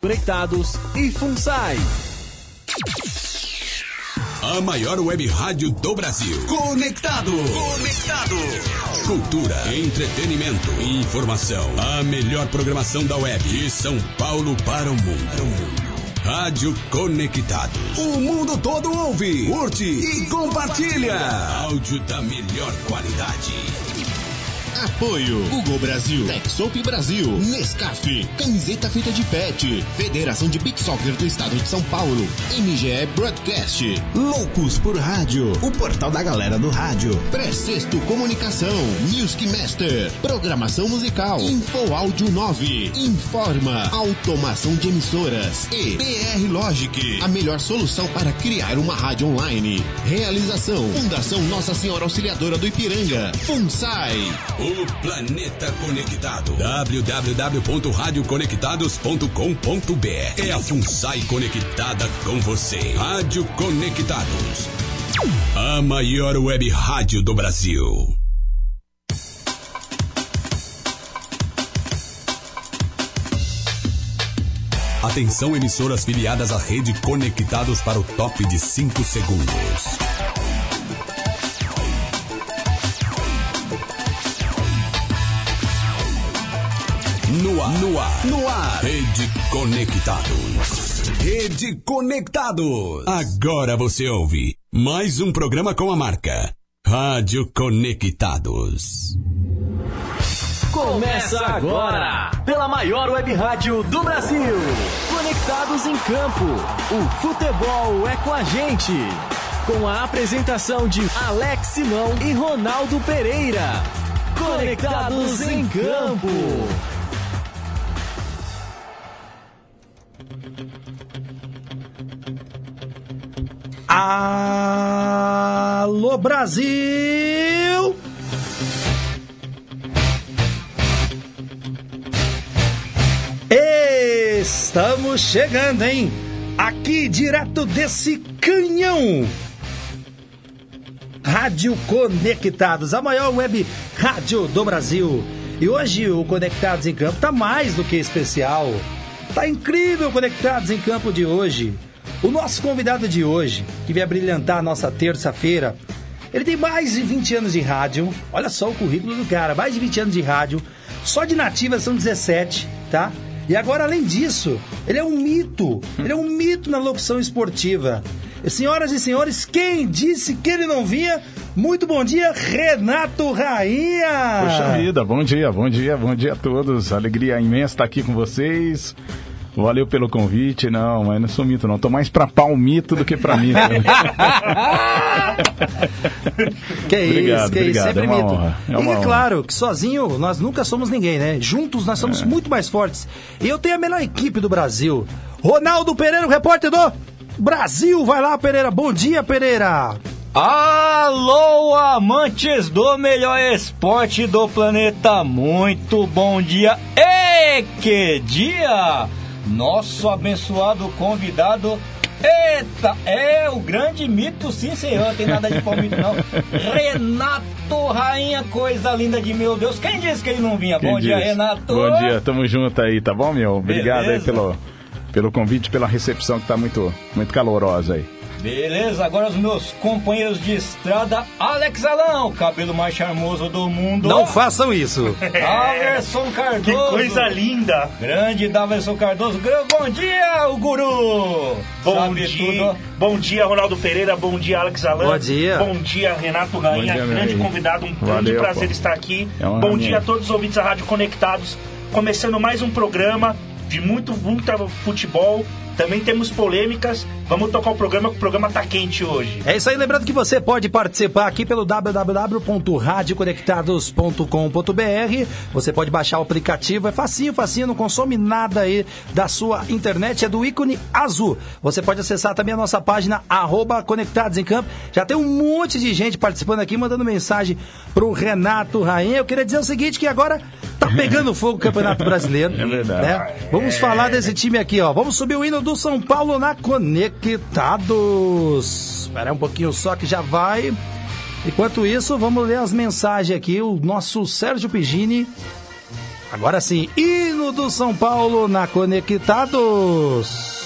Conectados e FUNSAI. A maior web rádio do Brasil. Conectado. Cultura, entretenimento, informação. A melhor programação da web de São Paulo para o mundo. Rádio Conectados. O mundo todo ouve, curte e compartilha. Áudio da melhor qualidade. Apoio Google Brasil, TechSoup Brasil, Nescafé, camiseta feita de pet, Federação de Beach Soccer do Estado de São Paulo, MGE Broadcast, Loucos por Rádio, o portal da galera do rádio, Precesto Comunicação, Music Master, Programação Musical, Info Áudio 9, Informa, Automação de Emissoras e PR Logic, a melhor solução para criar uma rádio online. Realização, Fundação Nossa Senhora Auxiliadora do Ipiranga, FUNSAI. O planeta conectado. www.radioconectados.com.br. É a FUNSAI conectada com você. Rádio Conectados. A maior web rádio do Brasil. Atenção, emissoras filiadas à rede Conectados para o top de 5 segundos. No ar. Rede Conectados. Rede Conectados. Agora você ouve mais um programa com a marca Rádio Conectados. Começa agora, pela maior web rádio do Brasil. Conectados em Campo. O futebol é com a gente. Com a apresentação de Alex Simão e Ronaldo Pereira. Conectados em Campo. Alô, Brasil! Estamos chegando, hein? Aqui direto desse canhão. Rádio Conectados, a maior web rádio do Brasil. E hoje o Conectados em Campo tá mais do que especial. Tá incrível o Conectados em Campo de hoje. O nosso convidado de hoje, que vai brilhantar a nossa terça-feira, ele tem mais de 20 anos de rádio. Olha só o currículo do cara, mais de 20 anos de rádio. Só de nativa são 17, tá? E agora, além disso, ele é um mito. Ele é um mito na locução esportiva. E, senhoras e senhores, quem disse que ele não vinha? Muito bom dia, Renato Rainha! Poxa vida, bom dia a todos. Alegria imensa estar aqui com vocês. Valeu pelo convite. Não, mas não sou mito, não. Tô mais pra pau mito do que pra mito. Obrigado, sempre é uma mito. honra. E é claro que sozinho nós nunca somos ninguém, né? Juntos nós somos muito mais fortes. E eu tenho a melhor equipe do Brasil. Ronaldo Pereira, o repórter do Brasil. Vai lá, Pereira. Bom dia, Pereira. Alô, amantes do melhor esporte do planeta. Muito bom dia. E que dia! Nosso abençoado convidado, eita, é o grande mito, sim senhor, não tem nada de palmito não, Renato Rainha, coisa linda de meu Deus, quem disse que ele não vinha? Bom dia, Renato. Bom dia, tamo junto aí, tá bom, meu? Obrigado aí pelo convite, pela recepção que tá muito calorosa aí. Beleza, agora os meus companheiros de estrada, Alex Alão, cabelo mais charmoso do mundo. Não façam isso. Daverson Cardoso. Que coisa linda. Grande Daverson Cardoso. Bom dia, o guru. Bom dia, Ronaldo Pereira. Bom dia, Alex Alão. Bom dia. Bom dia, Renato Rainha. Grande convidado, um grande prazer estar aqui. Bom dia a todos os ouvintes da Rádio Conectados. Começando mais um programa de muito futebol. Também temos polêmicas. Vamos tocar o programa, que o programa tá quente hoje. É isso aí, lembrando que você pode participar aqui pelo www.radioconectados.com.br. Você pode baixar o aplicativo, é facinho, não consome nada aí da sua internet, é do ícone azul. Você pode acessar também a nossa página @Conectados em Campo. Já tem um monte de gente participando aqui, mandando mensagem pro Renato Rainha. Eu queria dizer o seguinte, que agora tá pegando fogo o Campeonato Brasileiro. É verdade. Né? Vamos falar desse time aqui, ó. Vamos subir o hino do São Paulo na Conectados. Espera um pouquinho só que já vai. Enquanto isso, vamos ler as mensagens aqui. O nosso Sérgio Pigini Agora sim, hino do São Paulo na Conectados.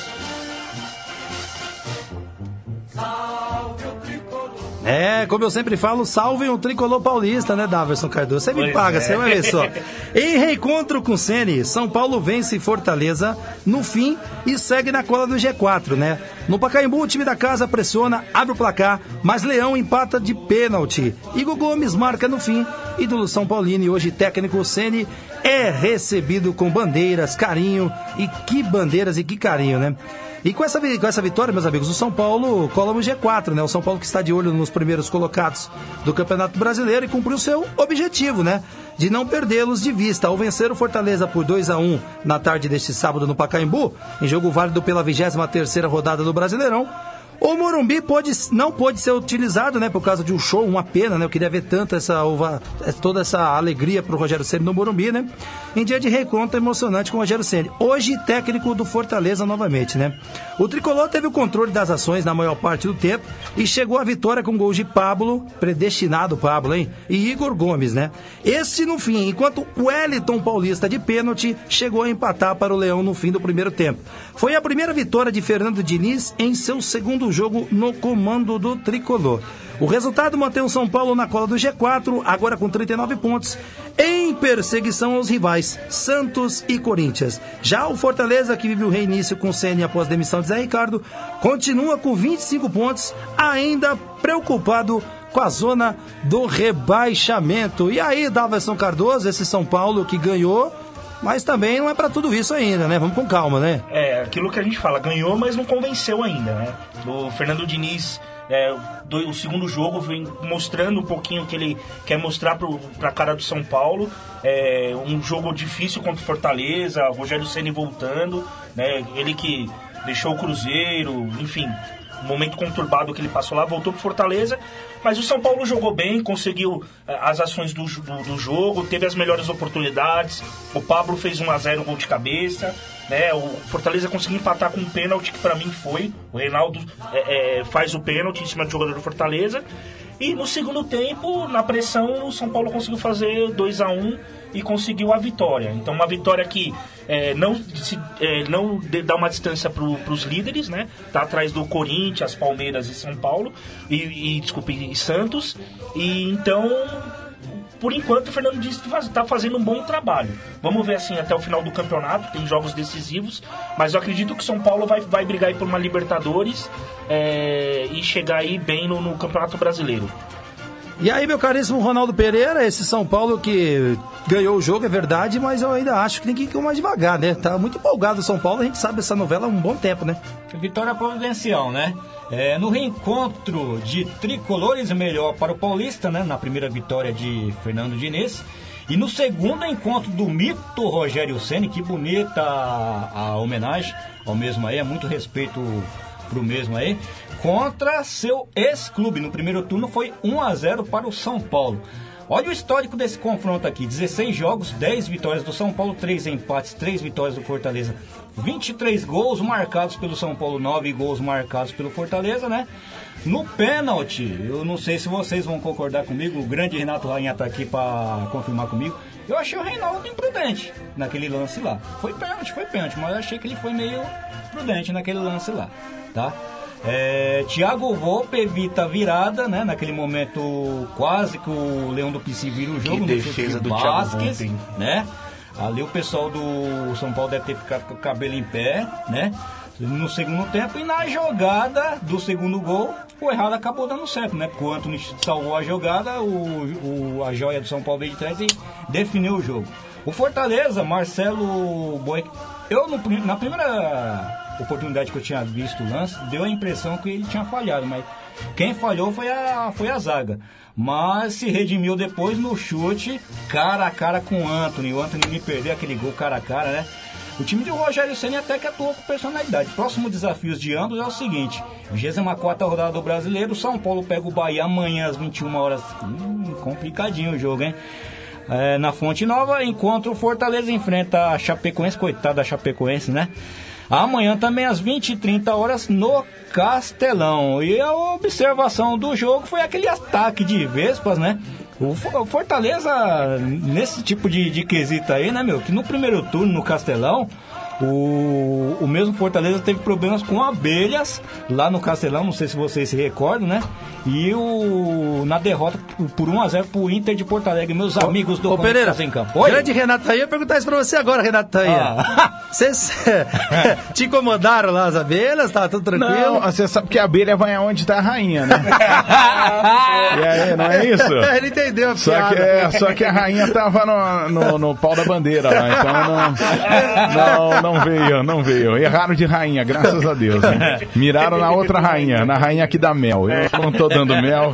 Como eu sempre falo, salve um tricolor paulista, né, Daverson Cardoso? Você me paga, você vai ver só. Em reencontro com o Ceni, São Paulo vence Fortaleza no fim e segue na cola do G4, né? No Pacaembu, o time da casa pressiona, abre o placar, mas Leão empata de pênalti. Igor Gomes marca no fim. Ídolo São Paulino e hoje técnico Ceni é recebido com bandeiras, carinho, e que bandeiras e que carinho, né? E com essa vitória, meus amigos, o São Paulo cola no G4, né? O São Paulo que está de olho nos primeiros colocados do Campeonato Brasileiro e cumpriu seu objetivo, né? De não perdê-los de vista. Ao vencer o Fortaleza por 2-1 na tarde deste sábado no Pacaembu, em jogo válido pela 23ª rodada do Brasileirão, o Morumbi não pôde ser utilizado, né, por causa de um show, uma pena, né? Eu queria ver tanto toda essa alegria pro Rogério Ceni no Morumbi, né? Em dia de reencontro emocionante com o Rogério Ceni. Hoje, técnico do Fortaleza novamente, né? O tricolor teve o controle das ações na maior parte do tempo e chegou à vitória com gols de Pablo, predestinado Pablo, hein? E Igor Gomes, né? Esse no fim, enquanto o Wellington Paulista de pênalti chegou a empatar para o Leão no fim do primeiro tempo. Foi a primeira vitória de Fernando Diniz em seu segundo jogo no comando do tricolor. O resultado mantém o São Paulo na cola do G4, agora com 39 pontos, em perseguição aos rivais Santos e Corinthians. Já o Fortaleza, que vive o reinício com o Ceni após a demissão de Zé Ricardo, continua com 25 pontos, ainda preocupado com a zona do rebaixamento. E aí, Daverson Cardoso, esse São Paulo que ganhou, mas também não é pra tudo isso ainda, né? Vamos com calma, né? Aquilo que a gente fala, ganhou, mas não convenceu ainda, né? O Fernando Diniz, o segundo jogo, vem mostrando um pouquinho o que ele quer mostrar pra cara do São Paulo. Um jogo difícil contra o Fortaleza, o Rogério Ceni voltando, né? Ele que deixou o Cruzeiro, enfim, um momento conturbado que ele passou lá, voltou pro Fortaleza, mas o São Paulo jogou bem, conseguiu as ações do jogo, teve as melhores oportunidades. O Pablo fez 1-0 gol de cabeça, né? O Fortaleza conseguiu empatar com um pênalti que pra mim foi, o Reinaldo faz o pênalti em cima do jogador do Fortaleza, e no segundo tempo, na pressão, o São Paulo conseguiu fazer 2-1 e conseguiu a vitória. Então, uma vitória que não dá uma distância para os líderes, né? Tá atrás do Corinthians, Palmeiras e São Paulo e Santos. E então, por enquanto, o Fernando Diniz está fazendo um bom trabalho. Vamos ver assim até o final do campeonato, tem jogos decisivos, mas eu acredito que o São Paulo vai brigar aí por uma Libertadores e chegar aí bem no Campeonato Brasileiro. E aí, meu caríssimo Ronaldo Pereira, esse São Paulo que ganhou o jogo, é verdade, mas eu ainda acho que tem que ir mais devagar, né? Tá muito empolgado o São Paulo, a gente sabe essa novela há um bom tempo, né? Vitória providencial, né? No reencontro de tricolores, melhor para o Paulista, né? Na primeira vitória de Fernando Diniz. E no segundo encontro do mito Rogério Ceni, que bonita a homenagem ao mesmo aí, é muito respeito pro mesmo aí, contra seu ex-clube. No primeiro turno foi 1-0 para o São Paulo. Olha o histórico desse confronto aqui: 16 jogos, 10 vitórias do São Paulo, 3 empates, 3 vitórias do Fortaleza, 23 gols marcados pelo São Paulo, 9 gols marcados pelo Fortaleza, né? No pênalti, eu não sei se vocês vão concordar comigo, o grande Renato Rainha tá aqui para confirmar comigo, eu achei o Reinaldo imprudente naquele lance lá. Foi pênalti, mas eu achei que ele foi meio prudente naquele lance lá, tá? Thiago Volpe evita a virada, né? Naquele momento quase que o Leão do Pici vira o jogo. Que defesa do Thiago Volpe, né? Ali o pessoal do São Paulo deve ter ficado com o cabelo em pé, né? No segundo tempo, e na jogada do segundo gol, o errado acabou dando certo, né? Porque o Antony salvou a jogada, a joia do São Paulo veio de trás e definiu o jogo. O Fortaleza, Marcelo Boeck, na primeira oportunidade que eu tinha visto o lance, deu a impressão que ele tinha falhado, mas quem falhou foi a zaga. Mas se redimiu depois no chute cara a cara com o Antony. O Antony me perdeu aquele gol cara a cara, né? O time de Rogério Ceni até que atuou com personalidade. Próximo desafios de ambos é o seguinte: 24ª rodada do Brasileiro, São Paulo pega o Bahia amanhã às 21 horas. Complicadinho o jogo, hein? Na Fonte Nova, enquanto o Fortaleza enfrenta a Chapecoense, coitada da Chapecoense, né? Amanhã também às 20h30 no Castelão. E a observação do jogo foi aquele ataque de Vespas, né? O Fortaleza, nesse tipo de quesito aí, né, meu? Que no primeiro turno, no Castelão, o mesmo Fortaleza teve problemas com abelhas lá no Castelão, não sei se vocês se recordam, né? E na derrota por 1-0 pro Inter de Porto Alegre, meus amigos do Pereira, em campo. Oi? Grande Renato Tainha, eu ia perguntar isso pra você agora, Renato Tainha. Vocês te incomodaram lá as abelhas? Tá tudo tranquilo? Não, você sabe que a abelha vai aonde tá a rainha, né? E aí, não é isso? Ele entendeu a piada. Só que a rainha tava no pau da bandeira lá, então não veio. Erraram de rainha, graças a Deus, né? Miraram na outra rainha, na rainha que dá mel. Eu não tô dando mel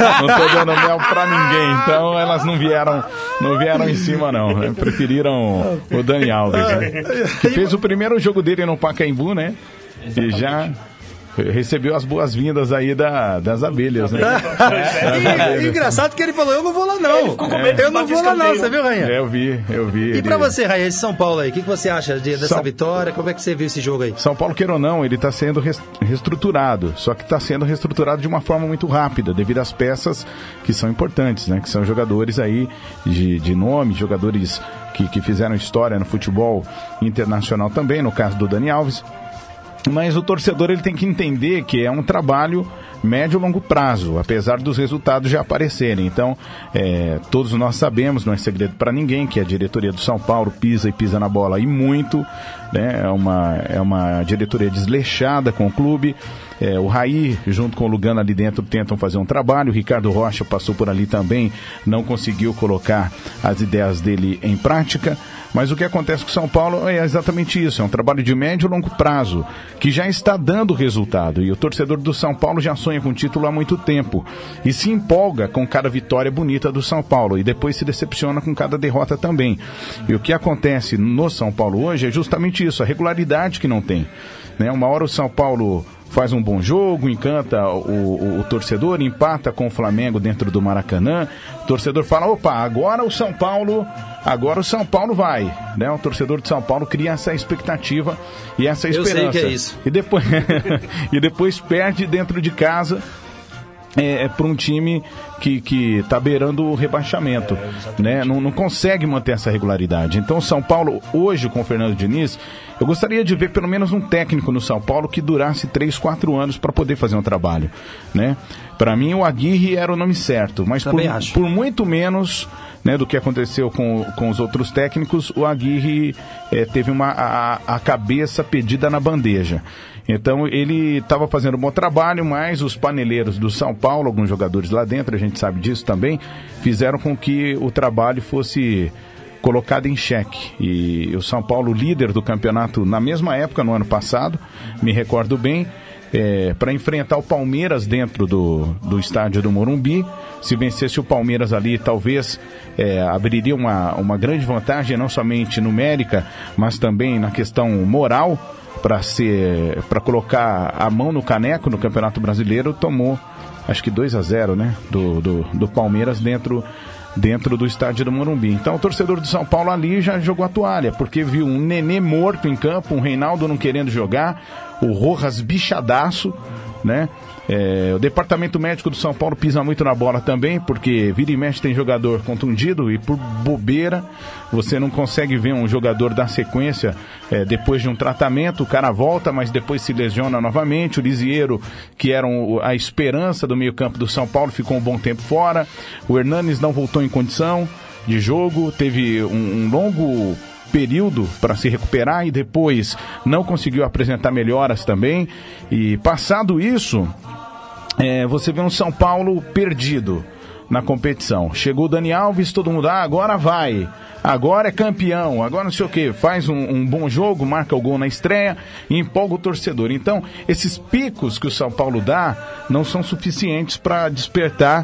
pra ninguém, então elas não vieram em cima, não. Preferiram o Dani Alves, né? Que fez o primeiro jogo dele no Pacaembu, né? E já recebeu as boas-vindas aí das abelhas, né? Engraçado que ele falou, eu não vou lá não. Eu não vou lá não, você viu, Rainha? Eu vi. E pra você, Rainha, esse São Paulo aí, o que você acha dessa vitória? Como é que você viu esse jogo aí? São Paulo, queira ou não, ele tá sendo reestruturado, só que tá sendo reestruturado de uma forma muito rápida, devido às peças que são importantes, né? Que são jogadores aí de nome, jogadores que fizeram história no futebol internacional também, no caso do Dani Alves. Mas o torcedor ele tem que entender que é um trabalho médio e longo prazo, apesar dos resultados já aparecerem. Então, todos nós sabemos, não é segredo para ninguém, que a diretoria do São Paulo pisa na bola e muito, né? É uma diretoria desleixada com o clube. O Raí, junto com o Lugano ali dentro, tentam fazer um trabalho. O Ricardo Rocha passou por ali também, não conseguiu colocar as ideias dele em prática. Mas o que acontece com o São Paulo é exatamente isso, é um trabalho de médio e longo prazo, que já está dando resultado. E o torcedor do São Paulo já sonha com título há muito tempo. E se empolga com cada vitória bonita do São Paulo. E depois se decepciona com cada derrota também. E o que acontece no São Paulo hoje é justamente isso, a regularidade que não tem, né? Uma hora o São Paulo faz um bom jogo, encanta o torcedor, empata com o Flamengo dentro do Maracanã. O torcedor fala, opa, agora o São Paulo vai, né? O torcedor de São Paulo cria essa expectativa e essa esperança. Eu sei que é isso. E depois perde dentro de casa para um time que está beirando o rebaixamento, né? Não consegue manter essa regularidade. Então o São Paulo, hoje com o Fernando Diniz, eu gostaria de ver pelo menos um técnico no São Paulo que durasse 3, 4 anos para poder fazer um trabalho, né? Para mim o Aguirre era o nome certo, mas por muito menos, né, do que aconteceu com os outros técnicos, o Aguirre teve a cabeça pedida na bandeja. Então ele estava fazendo um bom trabalho, mas os paneleiros do São Paulo, alguns jogadores lá dentro, a gente sabe disso também, fizeram com que o trabalho fosse colocado em xeque. E o São Paulo, líder do campeonato na mesma época, no ano passado, me recordo bem, para enfrentar o Palmeiras dentro do estádio do Morumbi. Se vencesse o Palmeiras ali, talvez abriria uma grande vantagem, não somente numérica, mas também na questão moral, para colocar a mão no caneco no Campeonato Brasileiro. Tomou, acho que 2-0, né, do Palmeiras dentro do estádio do Morumbi. Então o torcedor do São Paulo ali já jogou a toalha, porque viu um Nenê morto em campo, um Reinaldo não querendo jogar, o Rojas bichadaço, né? O departamento médico do São Paulo pisa muito na bola também, porque vira e mexe tem jogador contundido e por bobeira você não consegue ver um jogador dar sequência depois de um tratamento. O cara volta, mas depois se lesiona novamente. O Lisieiro, que era a esperança do meio campo do São Paulo, ficou um bom tempo fora. O Hernanes não voltou em condição de jogo, teve um longo período para se recuperar e depois não conseguiu apresentar melhoras também. E passado isso, você vê um São Paulo perdido na competição. Chegou o Dani Alves, todo mundo, agora vai, agora é campeão, agora não sei o que, faz um bom jogo, marca o gol na estreia e empolga o torcedor. Então esses picos que o São Paulo dá não são suficientes para despertar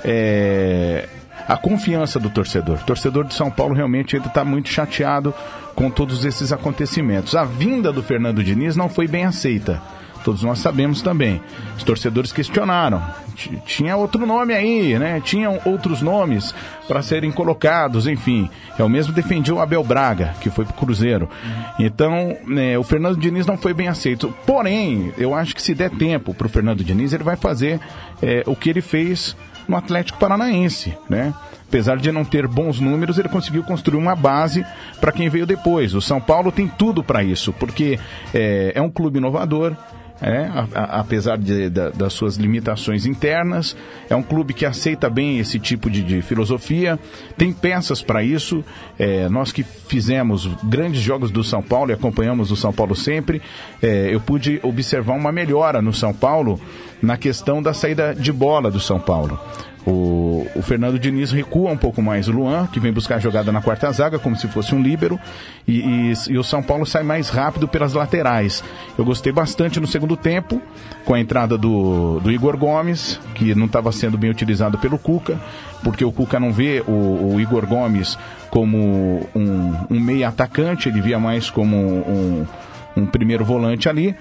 a confiança do torcedor. O torcedor de São Paulo realmente está muito chateado com todos esses acontecimentos. A vinda do Fernando Diniz não foi bem aceita. Todos nós sabemos também. Os torcedores questionaram. Tinha outro nome aí, né? Tinham outros nomes para serem colocados, enfim. Eu mesmo defendi o Abel Braga, que foi pro Cruzeiro. Então, o Fernando Diniz não foi bem aceito. Porém, eu acho que se der tempo pro Fernando Diniz, ele vai fazer o que ele fez no Atlético Paranaense, né? apesar de não ter bons números, ele conseguiu construir uma base para quem veio depois. O São Paulo tem tudo para isso, porque é um clube inovador. Apesar das suas limitações internas, é um clube que aceita bem esse tipo de filosofia, tem peças para isso. Nós que fizemos grandes jogos do São Paulo e acompanhamos o São Paulo sempre, eu pude observar uma melhora no São Paulo na questão da saída de bola do São Paulo. O Fernando Diniz recua um pouco mais o Luan, que vem buscar a jogada na quarta zaga, como se fosse um líbero, e o São Paulo sai mais rápido pelas laterais. Eu gostei bastante no segundo tempo, com a entrada do Igor Gomes, que não estava sendo bem utilizado pelo Cuca, porque o Cuca não vê o Igor Gomes como um meia atacante, ele via mais como um primeiro volante ali,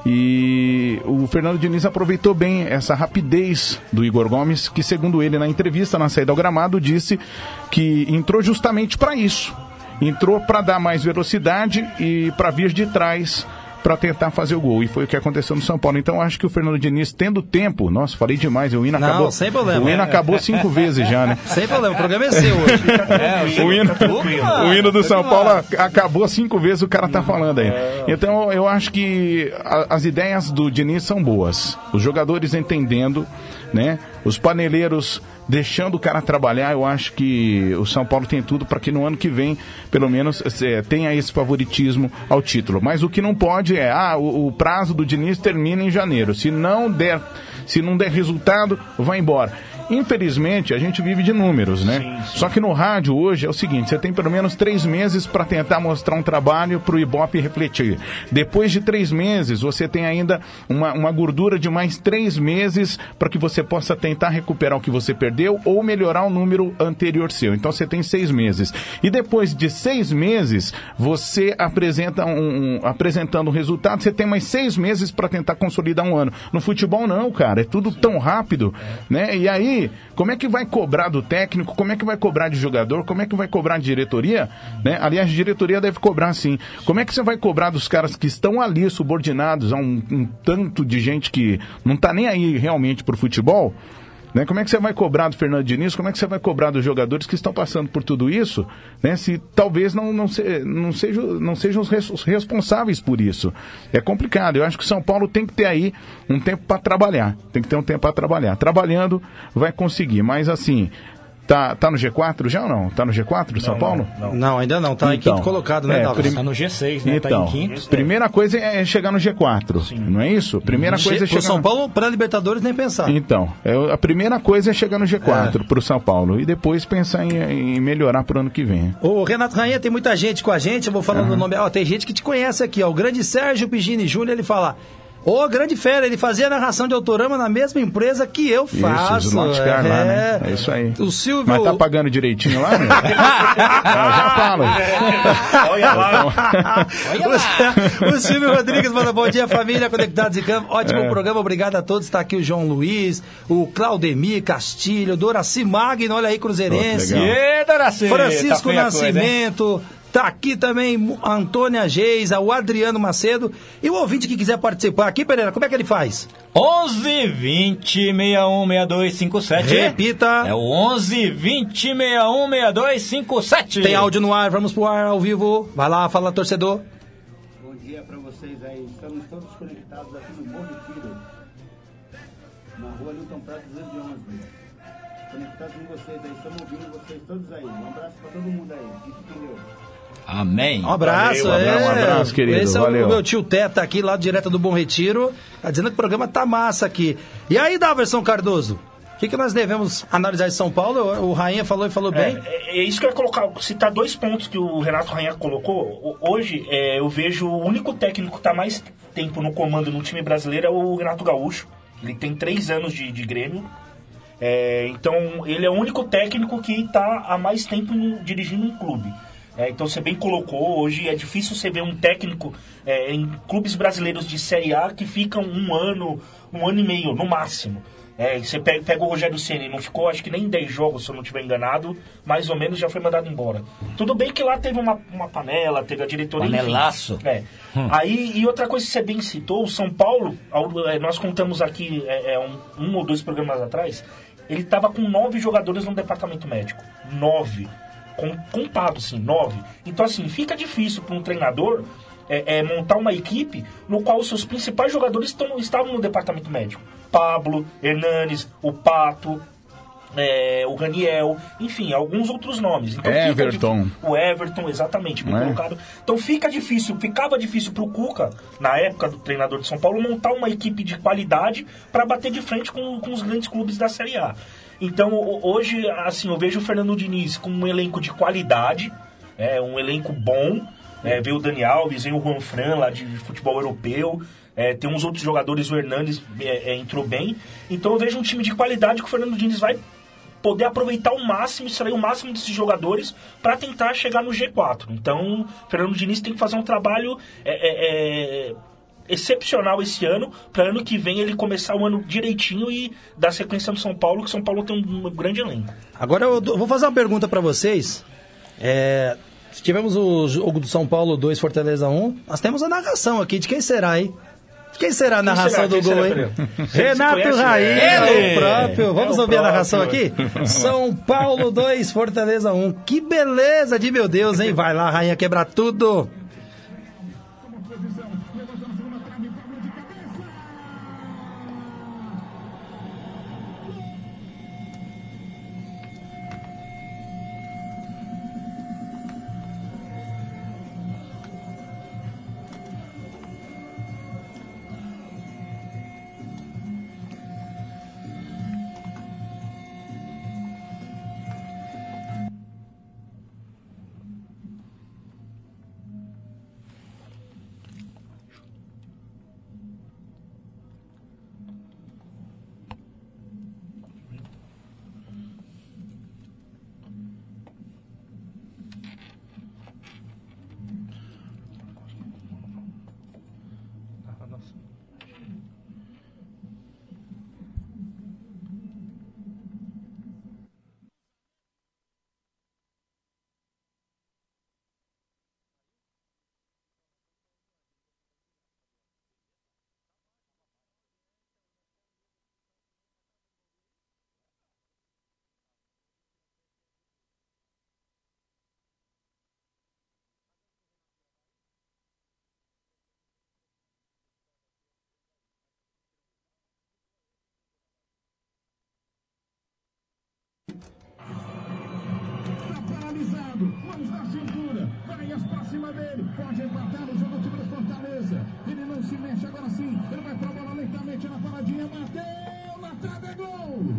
e o Fernando Diniz aproveitou bem essa rapidez do Igor Gomes, que segundo ele na entrevista, na saída ao gramado, disse que entrou justamente para isso, entrou para dar mais velocidade e para vir de trás para tentar fazer o gol, e foi o que aconteceu no São Paulo. Então acho que o Fernando Diniz, tendo tempo, nossa, falei demais, o hino acabou. Sem problema. O hino acabou 5 vezes já, né? Sem problema, o programa é seu hoje. O hino do São Paulo acabou 5 vezes, o cara tá falando aí. Então eu acho que as ideias do Diniz são boas, os jogadores entendendo, né? Os paneleiros deixando o cara trabalhar. Eu acho que o São Paulo tem tudo para que no ano que vem, pelo menos, tenha esse favoritismo ao título. Mas o que não pode o prazo do Diniz termina em janeiro. Se não der resultado, vai embora. Infelizmente, a gente vive de números, né? Sim. Só que no rádio hoje é o seguinte, você tem pelo menos 3 meses para tentar mostrar um trabalho para o Ibope refletir. Depois de 3 meses, você tem ainda uma gordura de mais 3 meses para que você possa tentar recuperar o que você perdeu ou melhorar o número anterior seu. Então você tem 6 meses. E depois de 6 meses, você apresentando o resultado, você tem mais 6 meses para tentar consolidar um ano. No futebol não, cara, é tudo tão rápido, né? E aí, como é que vai cobrar do técnico? Como é que vai cobrar de jogador? Como é que vai cobrar de diretoria? Né? Aliás, a diretoria deve cobrar sim. Como é que você vai cobrar dos caras que estão ali subordinados a um tanto de gente que não está nem aí realmente pro futebol? Né? Como é que você vai cobrar do Fernando Diniz? Como é que você vai cobrar dos jogadores que estão passando por tudo isso? Né? Se talvez não sejam os responsáveis por isso. É complicado. Eu acho que o São Paulo tem que ter aí um tempo para trabalhar. Tem que ter um tempo para trabalhar. Trabalhando vai conseguir. Mas assim, tá no G4 já ou não? Tá no G4 do São Paulo? Não, ainda não. Tá em quinto colocado, né, Dallas? Tá no G6, né? Então, tá em quinto. Primeira coisa é chegar no G4, Sim. Não é isso? Primeira coisa é chegar... Pro São Paulo, pra Libertadores, nem pensar. Então, a primeira coisa é chegar no G4 pro São Paulo e depois pensar em melhorar pro ano que vem. Ô, Renato Rainha, tem muita gente com a gente, eu vou falando o nome. Tem gente que te conhece aqui, ó. O grande Sérgio Pigini Júnior, ele fala... Grande fera, ele fazia narração de Autorama na mesma empresa que eu faço. Isso, os lá, né? É isso aí. O Silvio... Mas tá pagando direitinho lá, né? Já falo. Olha lá. O Silvio Rodrigues manda bom dia, família, Conectados em Campo. Ótimo programa, obrigado a todos. Está aqui o João Luiz, o Claudemir Castilho, Doraci Magno, olha aí, cruzeirense. Doraci, Francisco Nascimento... Tá aqui também Antônia Geisa, o Adriano Macedo. E o ouvinte que quiser participar aqui, Pereira, como é que ele faz? 11 20 61 62 57. Repita. É o 11 20 61 62 57. Tem áudio no ar, vamos pro ar ao vivo. Vai lá, fala, torcedor. Bom dia pra vocês aí. Estamos todos conectados aqui no Morro do Tiro, na rua Newton Prato 211. Conectados com vocês aí, estamos ouvindo vocês todos aí. Um abraço pra todo mundo aí. Fique com Deus. Amém. Um abraço, um abraço, querido. Esse valeu. É o meu tio Teta aqui, lá direto do Bom Retiro, tá dizendo que o programa tá massa aqui. E aí, Daverson Cardoso, o que nós devemos analisar de São Paulo? O Rainha falou e falou bem. É isso que eu ia colocar, citar 2 pontos que o Renato Rainha colocou. Hoje, eu vejo o único técnico que tá mais tempo no comando no time brasileiro é o Renato Gaúcho. Ele tem 3 anos de Grêmio. Então, ele é o único técnico que está há mais tempo dirigindo um clube. Então você bem colocou, hoje é difícil você ver um técnico em clubes brasileiros de Série A que ficam um ano e meio, no máximo. Você pega o Rogério Ceni, não ficou acho que nem 10 jogos, se eu não estiver enganado, mais ou menos já foi mandado embora. Tudo bem que lá teve uma panela, teve a diretoria... Panelaço. Aí, e outra coisa que você bem citou, o São Paulo, nós contamos aqui um ou 2 programas atrás, ele estava com 9 jogadores no departamento médico. 9. Contado, assim, 9. Então, assim, fica difícil para um treinador montar uma equipe no qual os seus principais jogadores estavam no departamento médico. Pablo, Hernanes, o Pato, o Raniel, enfim, alguns outros nomes. Então, Everton. O Everton, exatamente, bem colocado. Então ficava difícil pro Cuca, na época do treinador de São Paulo, montar uma equipe de qualidade para bater de frente com os grandes clubes da Série A. Então hoje, assim, eu vejo o Fernando Diniz com um elenco de qualidade, um elenco bom, veio o Dani Alves, veio o Juan Fran lá de futebol europeu, tem uns outros jogadores, o Hernanes entrou bem. Então eu vejo um time de qualidade que o Fernando Diniz vai poder aproveitar ao máximo, extrair o máximo desses jogadores para tentar chegar no G4. Então, o Fernando Diniz tem que fazer um trabalho excepcional esse ano, para ano que vem ele começar o ano direitinho e dar sequência no São Paulo, que São Paulo tem um grande elenco. Agora eu vou fazer uma pergunta para vocês. Tivemos o jogo do São Paulo 2, Fortaleza 1. Nós temos a narração aqui de quem será, hein? Quem será a narração do gol, hein? Renato Rainha, o próprio. Vamos ouvir a narração aqui? São Paulo 2, Fortaleza 1. Que beleza de meu Deus, hein? Vai lá, Rainha, quebrar tudo. Mãos na cintura, Vargas pra cima dele, pode empatar o jogo do time do Fortaleza. Ele não se mexe agora sim, ele vai pra bola lentamente na paradinha, bateu, na trave, é gol!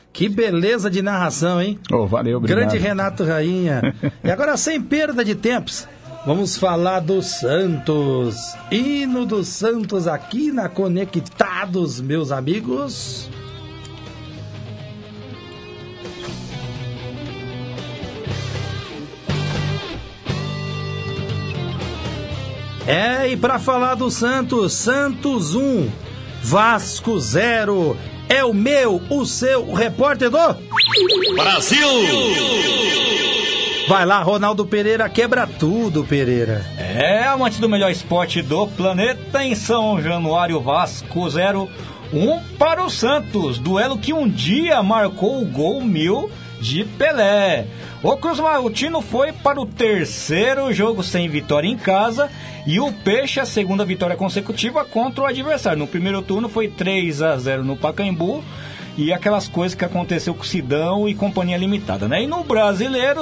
Que beleza de narração, hein? Valeu, obrigado. Grande Renato Rainha. E agora, sem perda de tempos, vamos falar do Santos. Hino do Santos aqui na Conectados, meus amigos. E para falar do Santos, Santos 1, Vasco 0. É o meu, o seu, o repórter do Brasil! Vai lá, Ronaldo Pereira, quebra tudo, Pereira. Amante do melhor esporte do planeta, em São Januário, Vasco 0, 1 para o Santos. Duelo que um dia marcou o gol 1000 de Pelé. O Cruz Maltino foi para o terceiro jogo sem vitória em casa e o Peixe a segunda vitória consecutiva contra o adversário. No primeiro turno foi 3-0 no Pacaembu e aquelas coisas que aconteceu com o Sidão e Companhia Limitada, né? E no Brasileiro,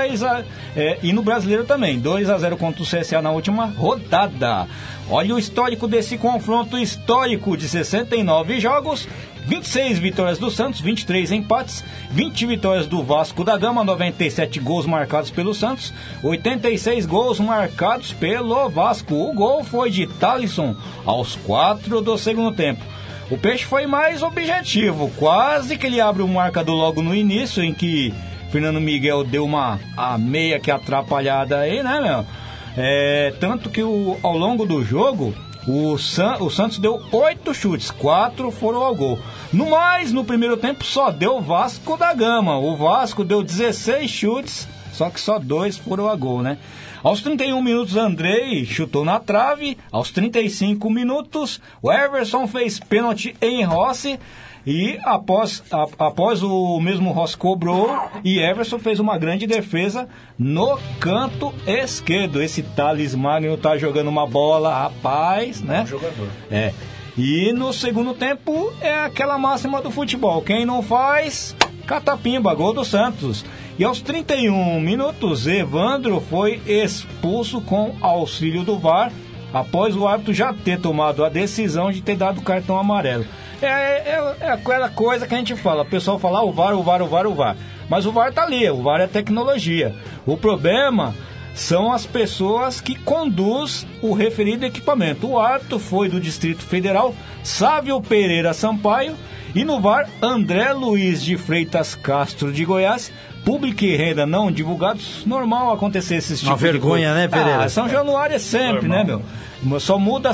2-0 contra o CSA na última rodada. Olha o histórico desse confronto histórico de 69 jogos. 26 vitórias do Santos, 23 empates, 20 vitórias do Vasco da Gama, 97 gols marcados pelo Santos, 86 gols marcados pelo Vasco. O gol foi de Thalisson aos 4 do segundo tempo. O Peixe foi mais objetivo, quase que ele abre o marcador logo no início, em que Fernando Miguel deu a meia que atrapalhada aí, né, meu? Tanto que ao longo do jogo o Santos deu 8 chutes, 4 foram ao gol. No mais, no primeiro tempo só deu o Vasco da Gama. O Vasco deu 16 chutes, só que só 2 foram a gol, né? Aos 31 minutos, Andrei chutou na trave. Aos 35 minutos, o Everson fez pênalti em Rossi. E após o mesmo Rossi cobrou, e Everson fez uma grande defesa no canto esquerdo. Esse Thales Magno tá jogando uma bola, rapaz, né? Jogador. E no segundo tempo é aquela máxima do futebol: quem não faz, catapimba, gol do Santos. E aos 31 minutos, Evandro foi expulso com auxílio do VAR, após o árbitro já ter tomado a decisão de ter dado cartão amarelo. É aquela coisa que a gente fala, o pessoal fala o VAR. Mas o VAR tá ali, o VAR é tecnologia. O problema são as pessoas que conduzem o referido equipamento. O árbitro foi do Distrito Federal, Sávio Pereira Sampaio, e no VAR, André Luiz de Freitas Castro de Goiás. Público e renda não divulgados, normal acontecer esses tipos de coisa. Uma vergonha, né, Pereira? São Januário é sempre, normal, né, meu? Só muda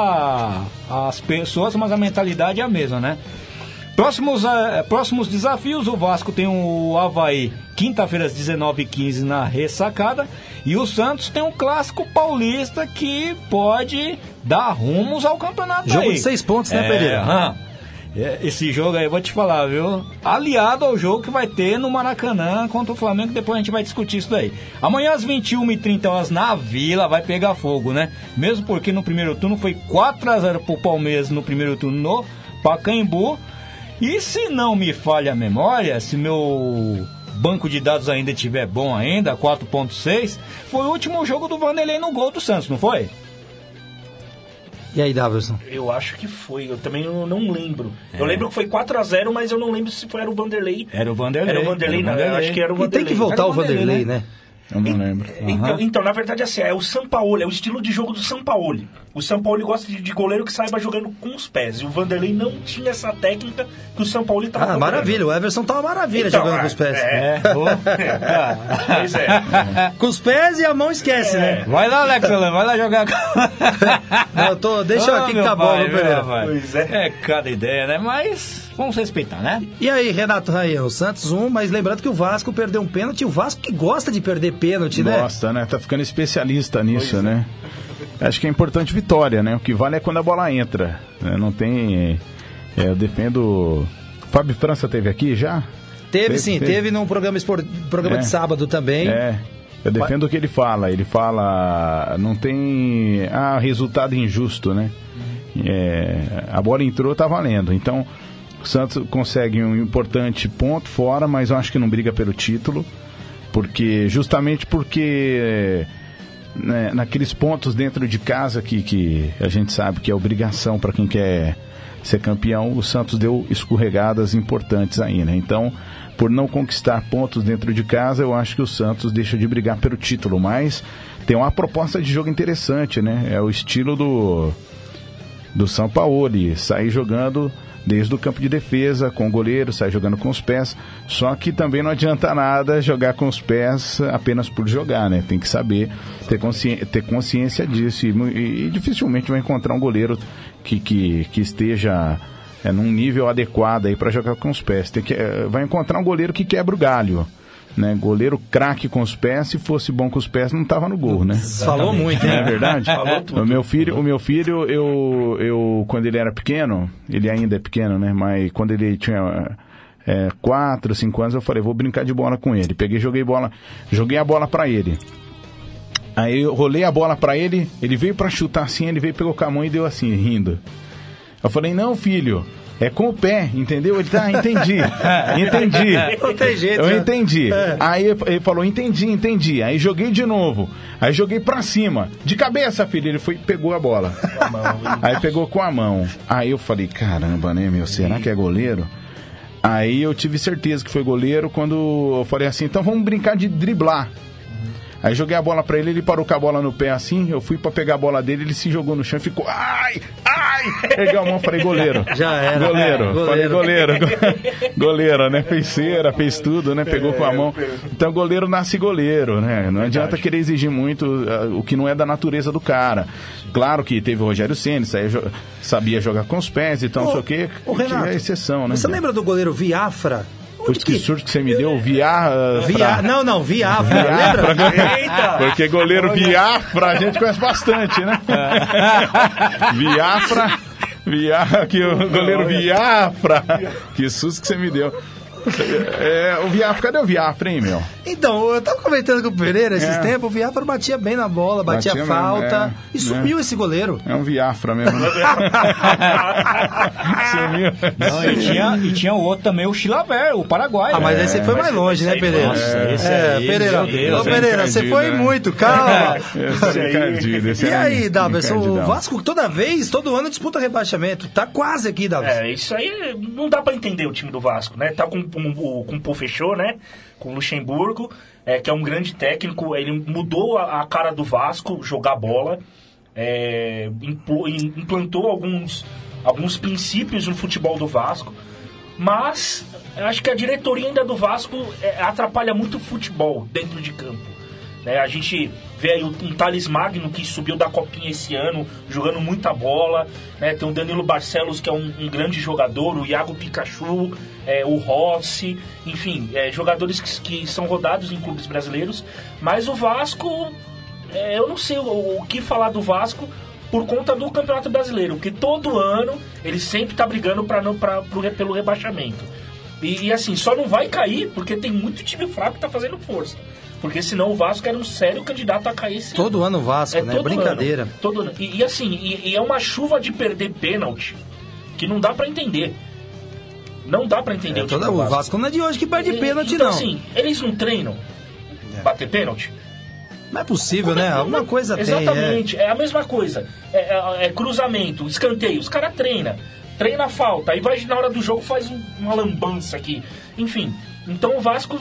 as pessoas, mas a mentalidade é a mesma, né? Próximos desafios: o Vasco tem o Avaí, quinta-feira às 19h15 na Ressacada, e o Santos tem um clássico paulista que pode dar rumos ao campeonato. Jogo de 6 pontos, né, Pereira? Esse jogo aí, eu vou te falar, viu? Aliado ao jogo que vai ter no Maracanã contra o Flamengo, depois a gente vai discutir isso daí. Amanhã às 21h30 na Vila vai pegar fogo, né? Mesmo porque no primeiro turno foi 4-0 pro Palmeiras no primeiro turno no Pacaembu. E se não me falha a memória, se meu banco de dados ainda estiver bom ainda, 4.6, foi o último jogo do Vanderlei no gol do Santos, não foi? E aí, Davidson? Eu acho que foi, eu também não lembro. Eu lembro que foi 4-0, mas eu não lembro se era o Vanderlei. Era o Vanderlei. Acho que era o Vanderlei. E tem que voltar o Vanderlei, né? Eu não lembro. Então, na verdade, assim, é o Sampaoli, é o estilo de jogo do Sampaoli. O Sampaoli gosta de goleiro que saiba jogando com os pés. E o Vanderlei não tinha essa técnica que o Sampaoli estava jogando. Maravilha, o Everson tá uma maravilha então, jogando com os pés. Pois é. Com os pés e a mão esquece, né? Vai lá, Alex, vai lá jogar. Deixa eu aqui que tá bom, meu Pereira. Pois é. Cada ideia, né? Mas vamos respeitar, né? E aí, Renato Rainha, o Santos 1, mas lembrando que o Vasco perdeu um pênalti. O Vasco que gosta de perder pênalti, né? Gosta, né? Tá ficando especialista nisso, né? Acho que é importante vitória, né? O que vale é quando a bola entra, né? Não tem... eu defendo... Fábio França teve aqui já? Teve num programa de sábado também. Eu defendo o que ele fala. Ele fala... Não tem... resultado injusto, né? A bola entrou, tá valendo. Então, o Santos consegue um importante ponto fora, mas eu acho que não briga pelo título. Justamente porque... naqueles pontos dentro de casa que a gente sabe que é obrigação para quem quer ser campeão, o Santos deu escorregadas importantes aí, né? Então, por não conquistar pontos dentro de casa, eu acho que o Santos deixa de brigar pelo título, mas tem uma proposta de jogo interessante, né? É o estilo do Sampaoli, sair jogando desde o campo de defesa, com o goleiro, sair jogando com os pés, só que também não adianta nada jogar com os pés apenas por jogar, né? Tem que saber, ter consciência disso, e dificilmente vai encontrar um goleiro que esteja num nível adequado aí para jogar com os pés. Vai encontrar um goleiro que quebra o galho, né? Goleiro craque com os pés, se fosse bom com os pés, não estava no gol, né? Falou muito, né? Não é verdade? Falou tudo. O meu filho, eu quando ele era pequeno, ele ainda é pequeno, né? Mas quando ele tinha 4, 5 anos, eu falei, vou brincar de bola com ele. Peguei, joguei a bola pra ele. Aí eu rolei a bola pra ele, ele veio pra chutar assim, ele veio, pegou com a mão e deu assim, rindo. Eu falei, não, filho, é com o pé, entendeu? Ele entendi. Não tem jeito, eu entendi. Aí ele falou, entendi. Aí joguei de novo. Aí joguei pra cima. De cabeça, filho. Ele pegou a bola. Aí pegou com a mão. Aí eu falei, caramba, né, meu? Será que é goleiro? Aí eu tive certeza que foi goleiro quando eu falei assim, então vamos brincar de driblar. Aí joguei a bola pra ele, ele parou com a bola no pé assim, eu fui pra pegar a bola dele, ele se jogou no chão e ficou, ai! Peguei a mão, falei, goleiro. Já era. Goleiro. Falei, goleiro, né? Fez cera, fez tudo, né? Pegou com a mão. Então, goleiro nasce goleiro, né? Não adianta querer exigir muito o que não é da natureza do cara. Claro que teve o Rogério Ceni, sabia jogar com os pés, então não sei o quê, Renato, é exceção, né? Você lembra do goleiro Viafra? Putz, que surto que você me deu, Viafra. Lembra? Eita! Porque goleiro Viafra a gente conhece bastante, né? Viafra, que o goleiro Viafra. Que susto que você me deu. O Viafra, cadê o Viafra, hein, meu? Então, eu tava comentando com o Pereira esses tempos, o Viafra batia bem na bola, batia falta, e sumiu esse goleiro. É um Viafra mesmo. Sumiu. Não, e tinha o outro também, o Chilaver, o Paraguai. Mas aí você foi mais longe, né, Pereira? Pereira, você foi muito, calma. E aí, Daverson, o Vasco todo ano disputa rebaixamento, tá quase aqui, Daverson. Isso aí não dá pra entender o time do Vasco, né? Tá com o Pofechô, né? Com o Luxemburgo, que é um grande técnico. Ele mudou a cara do Vasco, jogar bola, implantou alguns princípios no futebol do Vasco, mas acho que a diretoria ainda do Vasco atrapalha muito o futebol dentro de campo. A gente vê aí um Thales Magno, que subiu da Copinha esse ano, jogando muita bola, né? Tem o Danilo Barcelos, que é um grande jogador, o Iago Pikachu, o Rossi, enfim, jogadores que são rodados em clubes brasileiros. Mas o Vasco, eu não sei o que falar do Vasco por conta do Campeonato Brasileiro, porque todo ano ele sempre está brigando pelo rebaixamento. E assim, só não vai cair porque tem muito time fraco que está fazendo força. Porque senão o Vasco era um sério candidato a cair esse todo ano o Vasco, né? Brincadeira. Ano, todo ano. E assim, é uma chuva de perder pênalti que não dá pra entender. Não dá pra entender o Vasco não é de hoje que perde pênalti, então, não. Assim, eles não treinam bater pênalti? Não é possível, né? Alguma coisa exatamente, tem. É a mesma coisa. É cruzamento, escanteio. Os caras treinam. Treina a falta. Aí vai na hora do jogo, faz uma lambança aqui. Enfim, então o Vasco...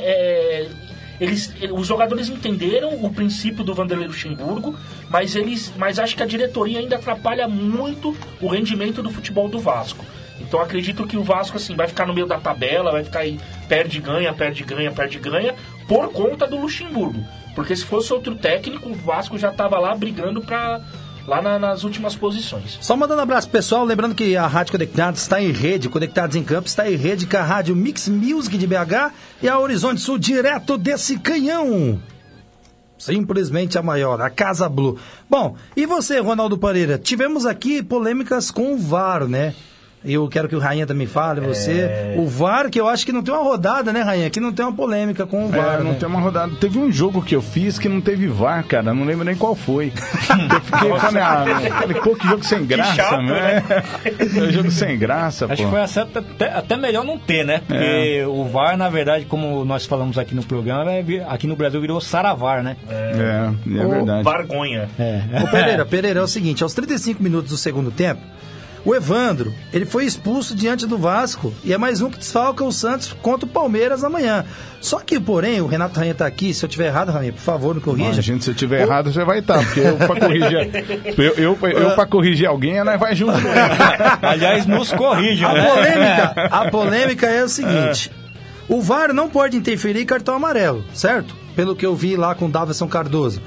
os jogadores entenderam o princípio do Vanderlei Luxemburgo, mas acho que a diretoria ainda atrapalha muito o rendimento do futebol do Vasco. Então acredito que o Vasco assim, vai ficar no meio da tabela, vai ficar aí, perde, ganha, por conta do Luxemburgo. Porque se fosse outro técnico, o Vasco já estava lá brigando nas últimas posições. Só mandando um abraço pessoal, lembrando que a Rádio Conectados está em rede, Conectados em Campo está em rede com a Rádio Mix Music de BH e a Horizonte Sul, direto desse canhão. Simplesmente a maior, a Casa Blue. Bom, e você, Ronaldo Pereira? Tivemos aqui polêmicas com o VAR, né? Eu quero que o Rainha também fale, você. O VAR, que eu acho que não tem uma rodada, né, Rainha? Que não tem uma polêmica com o VAR. Não tem uma rodada. Teve um jogo que eu fiz que não teve VAR, cara. Não lembro nem qual foi. Eu fiquei falei, pô, que jogo sem graça, chato, né? É jogo sem graça, acho pô. Que foi até melhor não ter, né? Porque o VAR, na verdade, como nós falamos aqui no programa, aqui no Brasil virou Saravar, né? É verdade. Vergonha. Ô, Pereira, é o seguinte, aos 35 minutos do segundo tempo, O Evandro, ele foi expulso diante do Vasco e é mais um que desfalca o Santos contra o Palmeiras amanhã. Só que, porém, o Renato Rainha tá aqui. Se eu tiver errado, Rainha, por favor, me corrija. Gente, se eu tiver errado, você vai estar, porque eu pra corrigir, eu pra corrigir alguém, nós vai junto. Aliás, nos corrija, A polêmica é o seguinte: o VAR não pode interferir em cartão amarelo, certo? Pelo que eu vi lá com o Davidson Cardoso.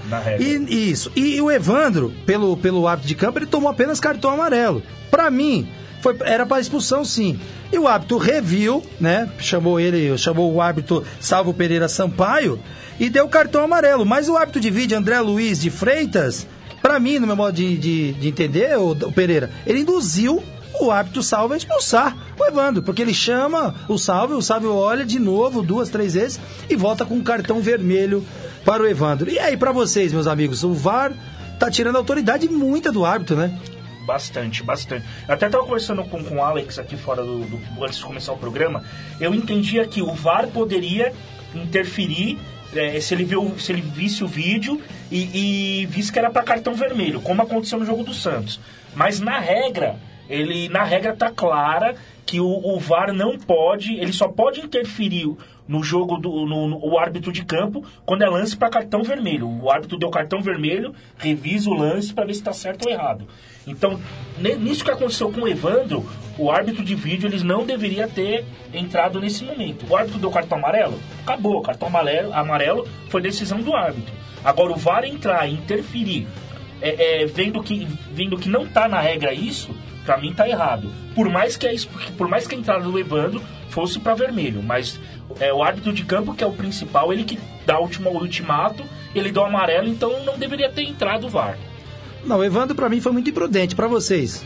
E o Evandro, pelo árbitro de campo, ele tomou apenas cartão amarelo. Pra mim, era para expulsão, sim. E o árbitro reviu, né? Chamou o árbitro Salvo Pereira Sampaio e deu cartão amarelo. Mas o árbitro de vídeo, André Luiz de Freitas, pra mim, no meu modo de entender, o Pereira, ele induziu o árbitro Salvo a expulsar o Evandro, porque ele chama o Salvo olha de novo 2, 3 vezes e volta com um cartão vermelho para o Evandro. E aí, pra vocês, meus amigos, o VAR tá tirando a autoridade muita do árbitro, né? Bastante. Eu até estava conversando com o Alex aqui fora antes de começar o programa. Eu entendia que o VAR poderia interferir se ele visse o vídeo e visse que era para cartão vermelho, como aconteceu no jogo do Santos. Mas na regra tá clara que o VAR não pode, ele só pode interferir no jogo o árbitro de campo quando é lance para cartão vermelho. O árbitro deu cartão vermelho, revisa o lance para ver se está certo ou errado. Então, nisso que aconteceu com o Evandro, o árbitro de vídeo eles não deveria ter entrado nesse momento. O árbitro deu cartão amarelo? Acabou, cartão amarelo foi decisão do árbitro. Agora, o VAR entrar e interferir, vendo que não está na regra isso, pra mim tá errado. Por mais que a entrada do Evandro fosse para vermelho, mas o árbitro de campo, que é o principal, ele que dá o ultimato, ele deu amarelo, então não deveria ter entrado o VAR. Não, o Evandro pra mim foi muito imprudente. Pra vocês?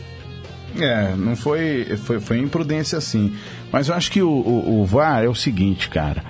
Não foi imprudência sim. Mas eu acho que o VAR é o seguinte, cara.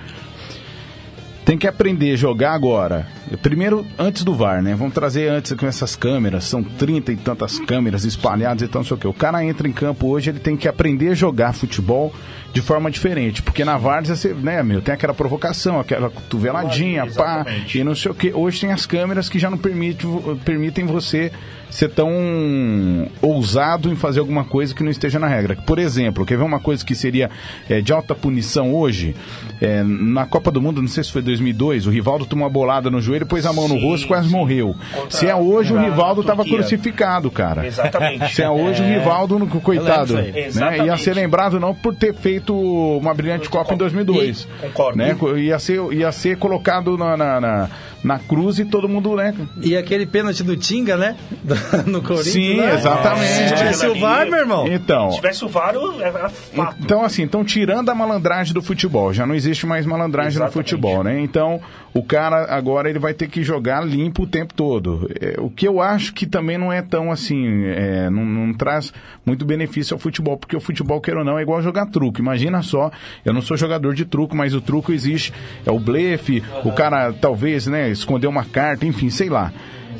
Tem que aprender a jogar agora. Primeiro, antes do VAR, né? Vamos trazer antes com essas câmeras. São 30 e tantas câmeras espalhadas e tal, não sei o quê. O cara entra em campo hoje, ele tem que aprender a jogar futebol de forma diferente. Porque na várzea, você, né, tem aquela provocação, aquela cotoveladinha, pá, e não sei o quê. Hoje tem as câmeras que já não permitem você ser tão ousado em fazer alguma coisa que não esteja na regra. Por exemplo, quer ver uma coisa que seria de alta punição hoje? Na Copa do Mundo, não sei se foi 2002, o Rivaldo tomou uma bolada no joelho, pôs a mão no rosto e quase morreu. Se é hoje, o Rivaldo estava crucificado, cara. Exatamente. Se é hoje, o Rivaldo, coitado, né? Ia ser lembrado não por ter feito uma brilhante Copa em 2002. Concordo. Né? Ia ser colocado na cruz e todo mundo, né? E aquele pênalti do Tinga, né? No Corinthians. Sim, né? Exatamente. Se tivesse o VAR, meu irmão. Então, se tivesse o VAR, era fato. Então, assim, tirando a malandragem do futebol, já não existe mais malandragem no futebol, né? Então, o cara agora ele vai ter que jogar limpo o tempo todo. O que eu acho que também não é tão assim, não traz muito benefício ao futebol, porque o futebol, queira ou não, é igual jogar truco. Imagina só, eu não sou jogador de truco, mas o truco existe, é o blefe, o cara talvez, né, esconder uma carta, enfim, sei lá.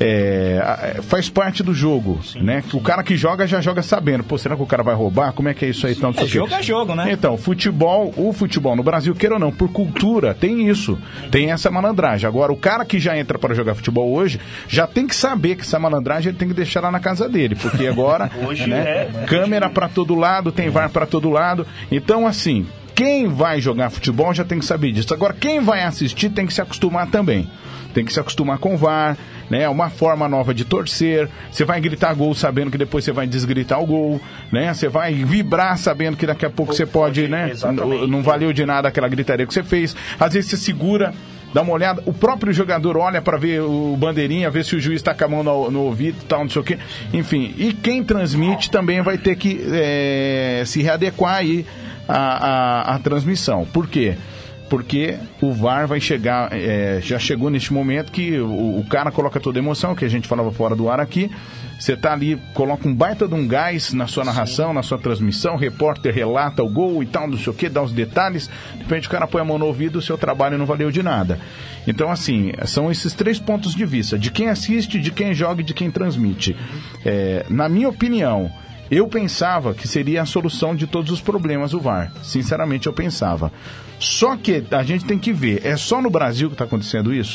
Faz parte do jogo, sim, né? O cara que joga já joga sabendo, pô, será que o cara vai roubar? Como é que é isso aí? Então, jogo é jogo, né? Então, o futebol no Brasil, queira ou não, por cultura, tem isso, tem essa malandragem. Agora, o cara que já entra para jogar futebol hoje, já tem que saber que essa malandragem ele tem que deixar lá na casa dele, porque agora, hoje, né, câmera para todo lado, tem VAR para todo lado, então assim, quem vai jogar futebol já tem que saber disso. Agora, quem vai assistir tem que se acostumar também. Tem que se acostumar com o VAR, né? Uma forma nova de torcer. Você vai gritar gol sabendo que depois você vai desgritar o gol, né? Você vai vibrar sabendo que daqui a pouco você pode, né? Não valeu de nada aquela gritaria que você fez. Às vezes você segura, dá uma olhada, o próprio jogador olha para ver o bandeirinha, ver se o juiz está com a mão no ouvido e tal, não sei o quê. Enfim, e quem transmite também vai ter que se readequar aí à transmissão. Por quê? Porque o VAR vai chegar, já chegou neste momento que o cara coloca toda a emoção, que a gente falava fora do ar aqui. Você tá ali, coloca um baita de um gás na sua narração, sim, na sua transmissão, o repórter relata o gol e tal, não sei o que, dá os detalhes, de repente o cara põe a mão no ouvido, o seu trabalho não valeu de nada. Então, assim, são esses 3 pontos de vista, de quem assiste, de quem joga e de quem transmite. Na minha opinião, eu pensava que seria a solução de todos os problemas o VAR. Sinceramente, eu pensava. Só que a gente tem que ver, é só no Brasil que está acontecendo isso?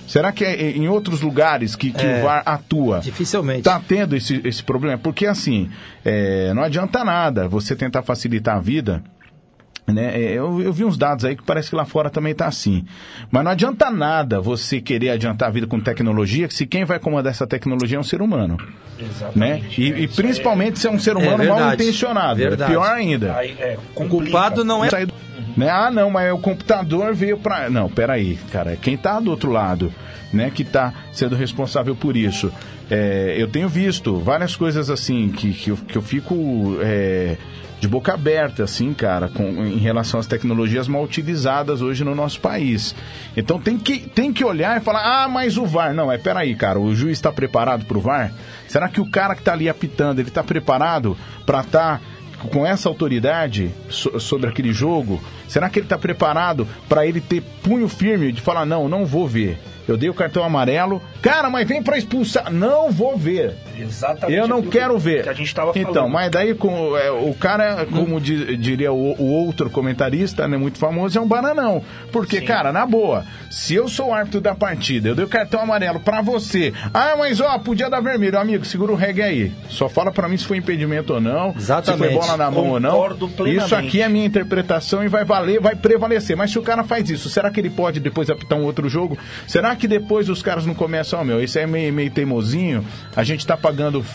Será que é em outros lugares que o VAR atua? Dificilmente. Está tendo esse problema? Porque, assim, não adianta nada você tentar facilitar a vida, né? Eu vi uns dados aí que parece que lá fora também está assim. Mas não adianta nada você querer adiantar a vida com tecnologia, se quem vai comandar essa tecnologia é um ser humano. Exatamente. Né? E principalmente se é um ser humano mal intencionado. Verdade. Pior ainda. O culpado não é... Né? Ah, não, mas o computador veio para... Não, peraí, cara. Quem está do outro lado, né, que está sendo responsável por isso. Eu tenho visto várias coisas assim que eu fico de boca aberta, assim, cara, em relação às tecnologias mal utilizadas hoje no nosso país. Então tem que olhar e falar, mas o VAR... Não, peraí, cara, o juiz está preparado para o VAR? Será que o cara que está ali apitando, ele está preparado para estar... com essa autoridade sobre aquele jogo? Será que ele está preparado para ele ter punho firme de falar, não vou ver, eu dei o cartão amarelo, cara, mas vem para expulsar, não vou ver. Exatamente. Eu não quero ver. Que a gente tava falando. Então, mas daí o cara, como diria o outro comentarista, né, muito famoso, é um bananão. Porque, sim, cara, na boa, se eu sou o árbitro da partida, eu dei o cartão amarelo pra você, mas podia dar vermelho, amigo, segura o reggae aí. Só fala pra mim se foi impedimento ou não, exatamente, se foi bola na mão ou não. Isso aqui é a minha interpretação e vai valer, vai prevalecer. Mas se o cara faz isso, será que ele pode depois apitar um outro jogo? Será que depois os caras não começam, esse é meio teimosinho, a gente tá pagando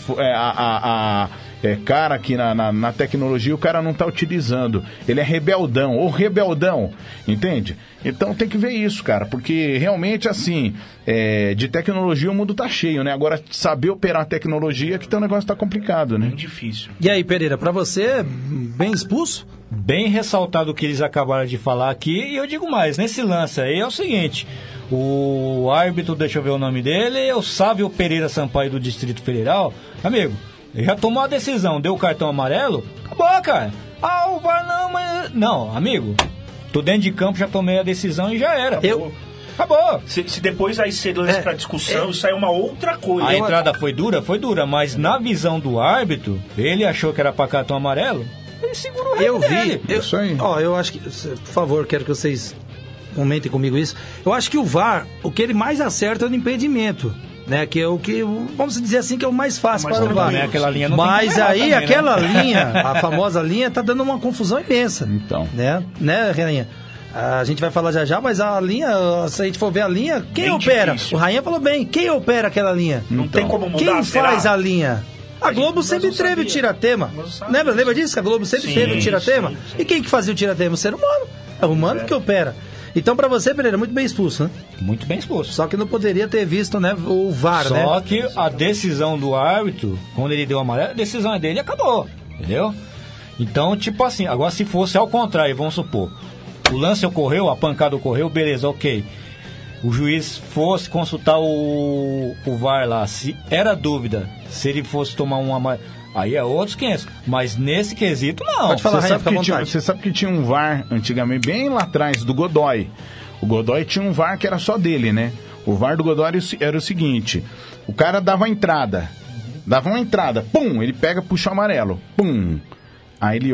cara aqui na tecnologia, o cara não tá utilizando, ele é rebeldão, ou rebeldão, entende? Então tem que ver isso, cara, porque realmente, assim, de tecnologia o mundo tá cheio, né? Agora, saber operar a tecnologia que o negócio tá complicado, né? Muito difícil. E aí, Pereira, pra você, bem expulso? Bem ressaltado o que eles acabaram de falar aqui, e eu digo mais, nesse lance aí é o seguinte, o árbitro, deixa eu ver o nome dele, é o Sávio Pereira Sampaio do Distrito Federal, amigo, ele já tomou a decisão, deu o cartão amarelo, acabou, cara. O VAR não, mas... Não, amigo, tô dentro de campo, já tomei a decisão e já era. Acabou. Se depois aí ser lance pra discussão, isso aí é uma outra coisa. A entrada foi dura, mas na visão do árbitro, ele achou que era pra cartão amarelo, ele segurou o rei dele. Isso aí. Eu acho que, por favor, quero que vocês comentem comigo isso. Eu acho que o VAR, o que ele mais acerta é o impedimento, né? Que é o que, vamos dizer assim, que é o mais fácil para o VAR. Né? Aquela linha não mas aí, também, aquela linha, a famosa linha, tá dando uma confusão imensa. Então. Né, Rainha? A gente vai falar já, mas a linha, se a gente for ver a linha, quem bem opera? Difícil. O Rainha falou bem, quem opera aquela linha? Não tem como mudar. Quem faz a linha? A Globo sempre teve o tiratema. Lembra disso? Que a Globo sempre teve o tiratema? Sim. E quem que fazia o tiratema? O ser humano. É o humano que opera. Então, pra você, Pereira, muito bem expulso, né? Muito bem expulso. Só que não poderia ter visto, né, o VAR, né? Só que a decisão do árbitro, quando ele deu o amarelo, a decisão é dele e acabou, entendeu? Então, tipo assim, agora se fosse ao contrário, vamos supor, o lance ocorreu, a pancada ocorreu, beleza, ok. O juiz fosse consultar o VAR lá, se era dúvida, se ele fosse tomar um amarelo, aí é outros 500. Mas nesse quesito, não. Pode falar, você sabe que tinha um VAR antigamente, bem lá atrás, do Godoy. O Godoy tinha um VAR que era só dele, né? O VAR do Godoy era o seguinte, o cara dava uma entrada, pum, ele pega, puxa o amarelo, pum. Aí ele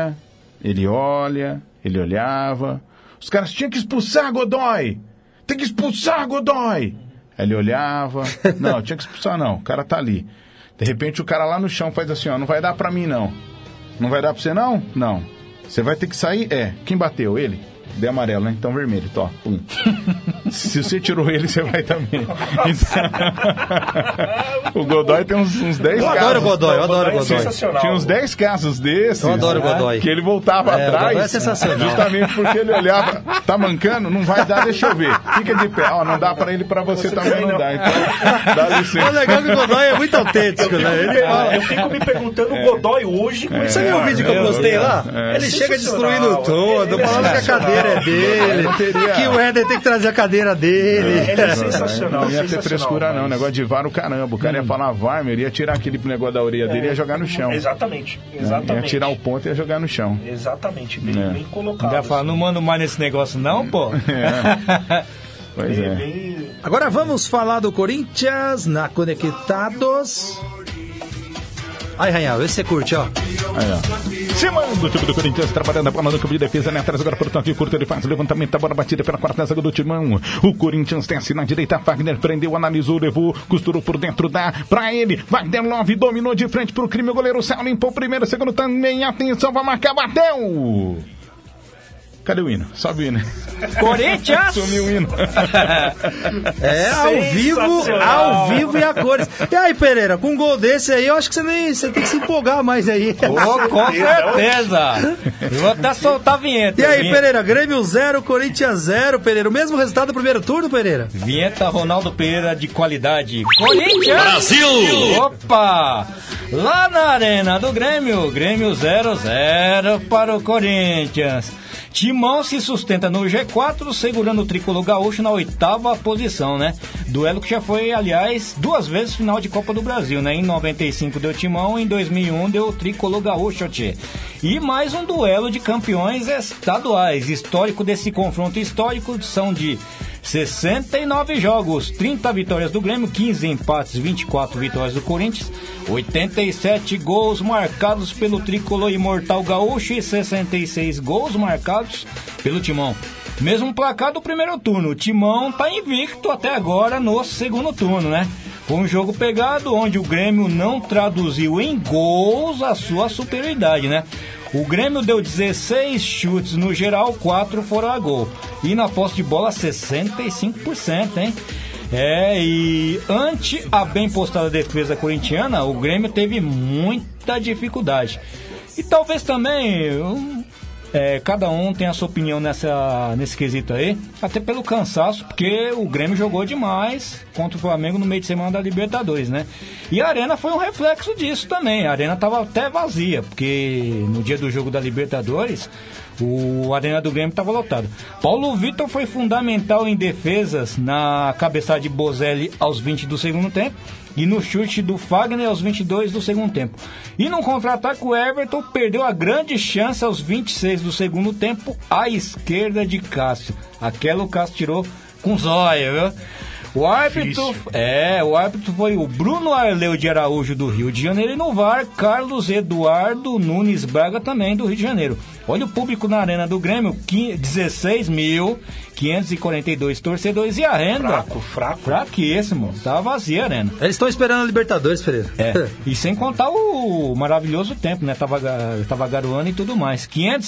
olhava, os caras tinham que expulsar Godoy. Tem que expulsar Godoy. Aí ele olhava, não, tinha que expulsar não, o cara tá ali. De repente o cara lá no chão faz assim, não vai dar pra mim não. Não vai dar pra você não? Não. Você vai ter que sair? Quem bateu? Ele? Deu amarelo, né? Então vermelho, pum. Se você tirou ele, você vai também. Então, o Godoy tem uns 10 casos. Eu adoro o Godoy. Tinha uns 10 casos desses. Eu adoro o Godoy. Que ele voltava atrás. O Godoy é sensacional. Justamente porque ele olhava, tá mancando? Não vai dar, deixa eu ver. Fica de pé. Não dá pra ele, pra você também não dá. Então, dá licença. O legal é que o Godoy é muito autêntico, né? Eu fico me perguntando o Godoy hoje. Você viu o vídeo que eu postei lá? Ele chega destruindo tudo, falando que a cadeira é dele, que o Éder tem que trazer a cadeira dele. Ele é sensacional. Não ia ter frescura não, negócio de VAR o caramba. O cara ia falar VAR, ele ia tirar aquele negócio da orelha dele e ia jogar no chão. Exatamente. Ia tirar o ponto e ia jogar no chão. Exatamente, bem colocado. Ainda fala, não mando mais nesse negócio não, pô. Pois é. Agora vamos falar do Corinthians na Conectados. Aí, Rainha, vê se você curte, ó. Aí, ó. cima do time do Corinthians, trabalhando a bola no campo de defesa, né? Atrás agora por toque curto, ele faz o levantamento, a bola batida pela quarta zaga do Timão. O Corinthians desce na direita, Wagner prendeu, analisou, levou, costurou por dentro, dá pra ele. Wagner Love dominou de frente pro crime, o goleiro Céu limpou o primeiro, segundo também, atenção, vai marcar, bateu! Cadê o hino? Sobe o hino. Corinthians! Sumiu o hino. Ao vivo e a cores. E aí, Pereira, com um gol desse aí, eu acho que você tem que se empolgar mais aí. Oh, com certeza. Eu vou até soltar a vinheta. E aí, Pereira, Grêmio 0, Corinthians 0, Pereira. O mesmo resultado do primeiro turno, Pereira? Vinheta Ronaldo Pereira de qualidade. Corinthians! Brasil! Opa! Lá na arena do Grêmio, Grêmio 0-0 para o Corinthians. Timão se sustenta no G4, segurando o tricolor gaúcho na 8ª posição, né? Duelo que já foi, aliás, 2 vezes final de Copa do Brasil, né? Em 95 deu Timão, em 2001 deu o tricolor gaúcho, tchê. E mais um duelo de campeões estaduais. Histórico desse confronto histórico são de 69 jogos, 30 vitórias do Grêmio, 15 empates, 24 vitórias do Corinthians, 87 gols marcados pelo tricolor imortal gaúcho e 66 gols marcados pelo Timão. Mesmo placar do primeiro turno, o Timão está invicto até agora no segundo turno, né? Foi um jogo pegado onde o Grêmio não traduziu em gols a sua superioridade, né? O Grêmio deu 16 chutes no geral, 4 foram a gol. E na posse de bola, 65%, hein? E ante a bem postada defesa corintiana, o Grêmio teve muita dificuldade. E talvez também... cada um tem a sua opinião nesse quesito aí, até pelo cansaço, porque o Grêmio jogou demais contra o Flamengo no meio de semana da Libertadores, né? E a Arena foi um reflexo disso também. A Arena estava até vazia, porque no dia do jogo da Libertadores, a Arena do Grêmio estava lotada. Paulo Vitor foi fundamental em defesas na cabeçada de Bozelli aos 20 do segundo tempo e no chute do Fagner aos 22 do segundo tempo. E no contra-ataque, o Everton perdeu a grande chance aos 26 do segundo tempo à esquerda de Cássio. Aquela o Cássio tirou com zóia, viu? O árbitro foi o Bruno Arleu de Araújo, do Rio de Janeiro, e no VAR, Carlos Eduardo Nunes Braga, também do Rio de Janeiro. Olha o público na Arena do Grêmio, 16.542 torcedores, e a renda... Fraquíssimo, tá vazia a Arena. Eles estão esperando a Libertadores, Pereira. E sem contar o maravilhoso tempo, né? Tava garoando e tudo mais.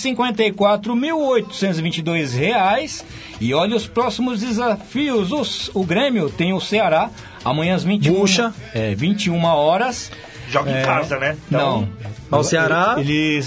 R$554.822. E olha os próximos desafios. O Grêmio tem o Ceará, amanhã às 21 horas. Joga em casa, né? Então, não. O Ceará... Eles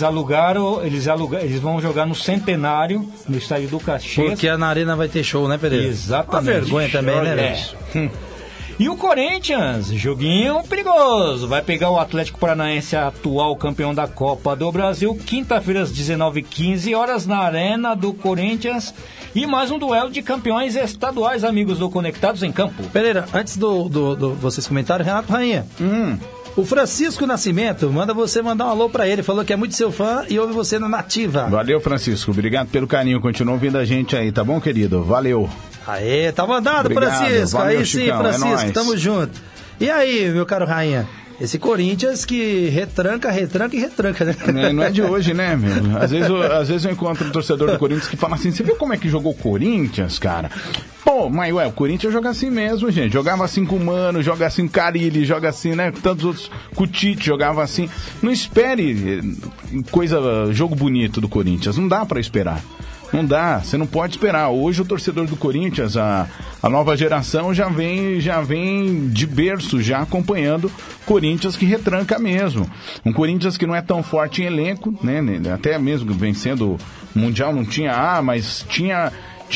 vão jogar no Centenário, no estádio do Caxias. Porque na Arena vai ter show, né, Pereira? Exatamente. Uma vergonha também, né, velho? E o Corinthians, joguinho perigoso, vai pegar o Atlético Paranaense, atual campeão da Copa do Brasil, quinta-feira às 19h15 na Arena do Corinthians. E mais um duelo de campeões estaduais, amigos do Conectados em Campo. Pereira, antes do vocês comentarem, Renato Rainha. O Francisco Nascimento manda você mandar um alô pra ele. Falou que é muito seu fã e ouve você na Nativa. Valeu, Francisco. Obrigado pelo carinho. Continua ouvindo a gente aí, tá bom, querido? Valeu. Aê, tá mandado, obrigado. Francisco. Valeu, aí sim, Chicão, Francisco, tamo junto. E aí, meu caro Rainha? Esse Corinthians que retranca, né? Não é de hoje, né, meu? Às vezes eu encontro um torcedor do Corinthians que fala assim, você viu como é que jogou o Corinthians, cara? Pô, mas o Corinthians joga assim mesmo, gente. Jogava assim com o Mano, joga assim com o Carille, joga assim, né? Com tantos outros, com o Tite, jogava assim. Não espere jogo bonito do Corinthians, não dá pra esperar. Não dá, você não pode esperar. Hoje o torcedor do Corinthians, a nova geração já vem de berço, já acompanhando Corinthians que retranca mesmo. Um Corinthians que não é tão forte em elenco, né? Até mesmo vencendo o Mundial não tinha, mas tinha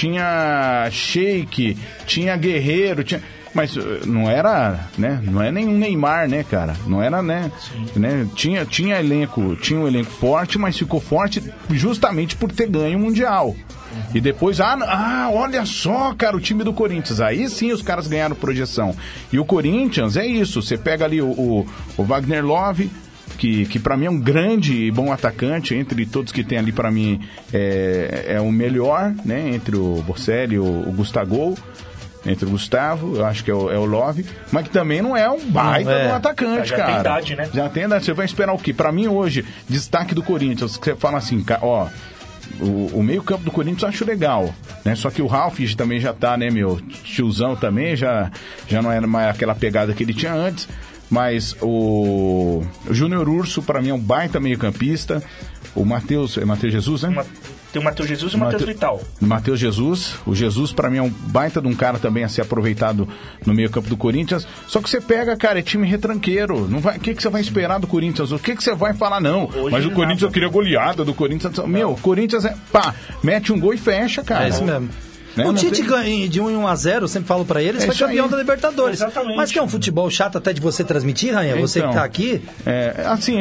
Sheik, tinha Guerreiro, mas não era, né? Não é nenhum Neymar, né, cara? Não era, né? Tinha um elenco forte, mas ficou forte justamente por ter ganho o Mundial. E depois, olha só, cara, o time do Corinthians. Aí sim os caras ganharam projeção. E o Corinthians é isso. Você pega ali o Wagner Love, que pra mim é um grande e bom atacante. Entre todos que tem ali, pra mim, é o melhor, né? Entre o Bocelli e o Gustavo. entre o Gustavo, eu acho que é o Love, mas que também não é um baita de um atacante, já cara. Já tem idade, né? Já tem idade. Você vai esperar o quê? Pra mim hoje, destaque do Corinthians, que você fala assim, ó, o meio campo do Corinthians eu acho legal, né? Só que o Ralf também já tá, né, meu tiozão também, já não era mais aquela pegada que ele tinha antes, mas o Júnior Urso pra mim é um baita meio campista. O Matheus Jesus, né? Tem o Matheus Jesus e o Matheus Vital. Matheus Jesus. O Jesus, pra mim, é um baita de um cara também a ser aproveitado no meio campo do Corinthians. Só que você pega, cara, é time retranqueiro. Não vai, o que você vai esperar do Corinthians? O que você vai falar? Não, hoje mas o Corinthians eu queria goleada do Corinthians. Meu, o Corinthians mete um gol e fecha, cara. É isso mesmo. Né? O Tite ganha de 1-1-0, eu sempre falo pra eles, foi campeão da Libertadores. Exatamente. Mas que é um futebol chato até de você transmitir, Rainha? Então, você que tá aqui. Assim,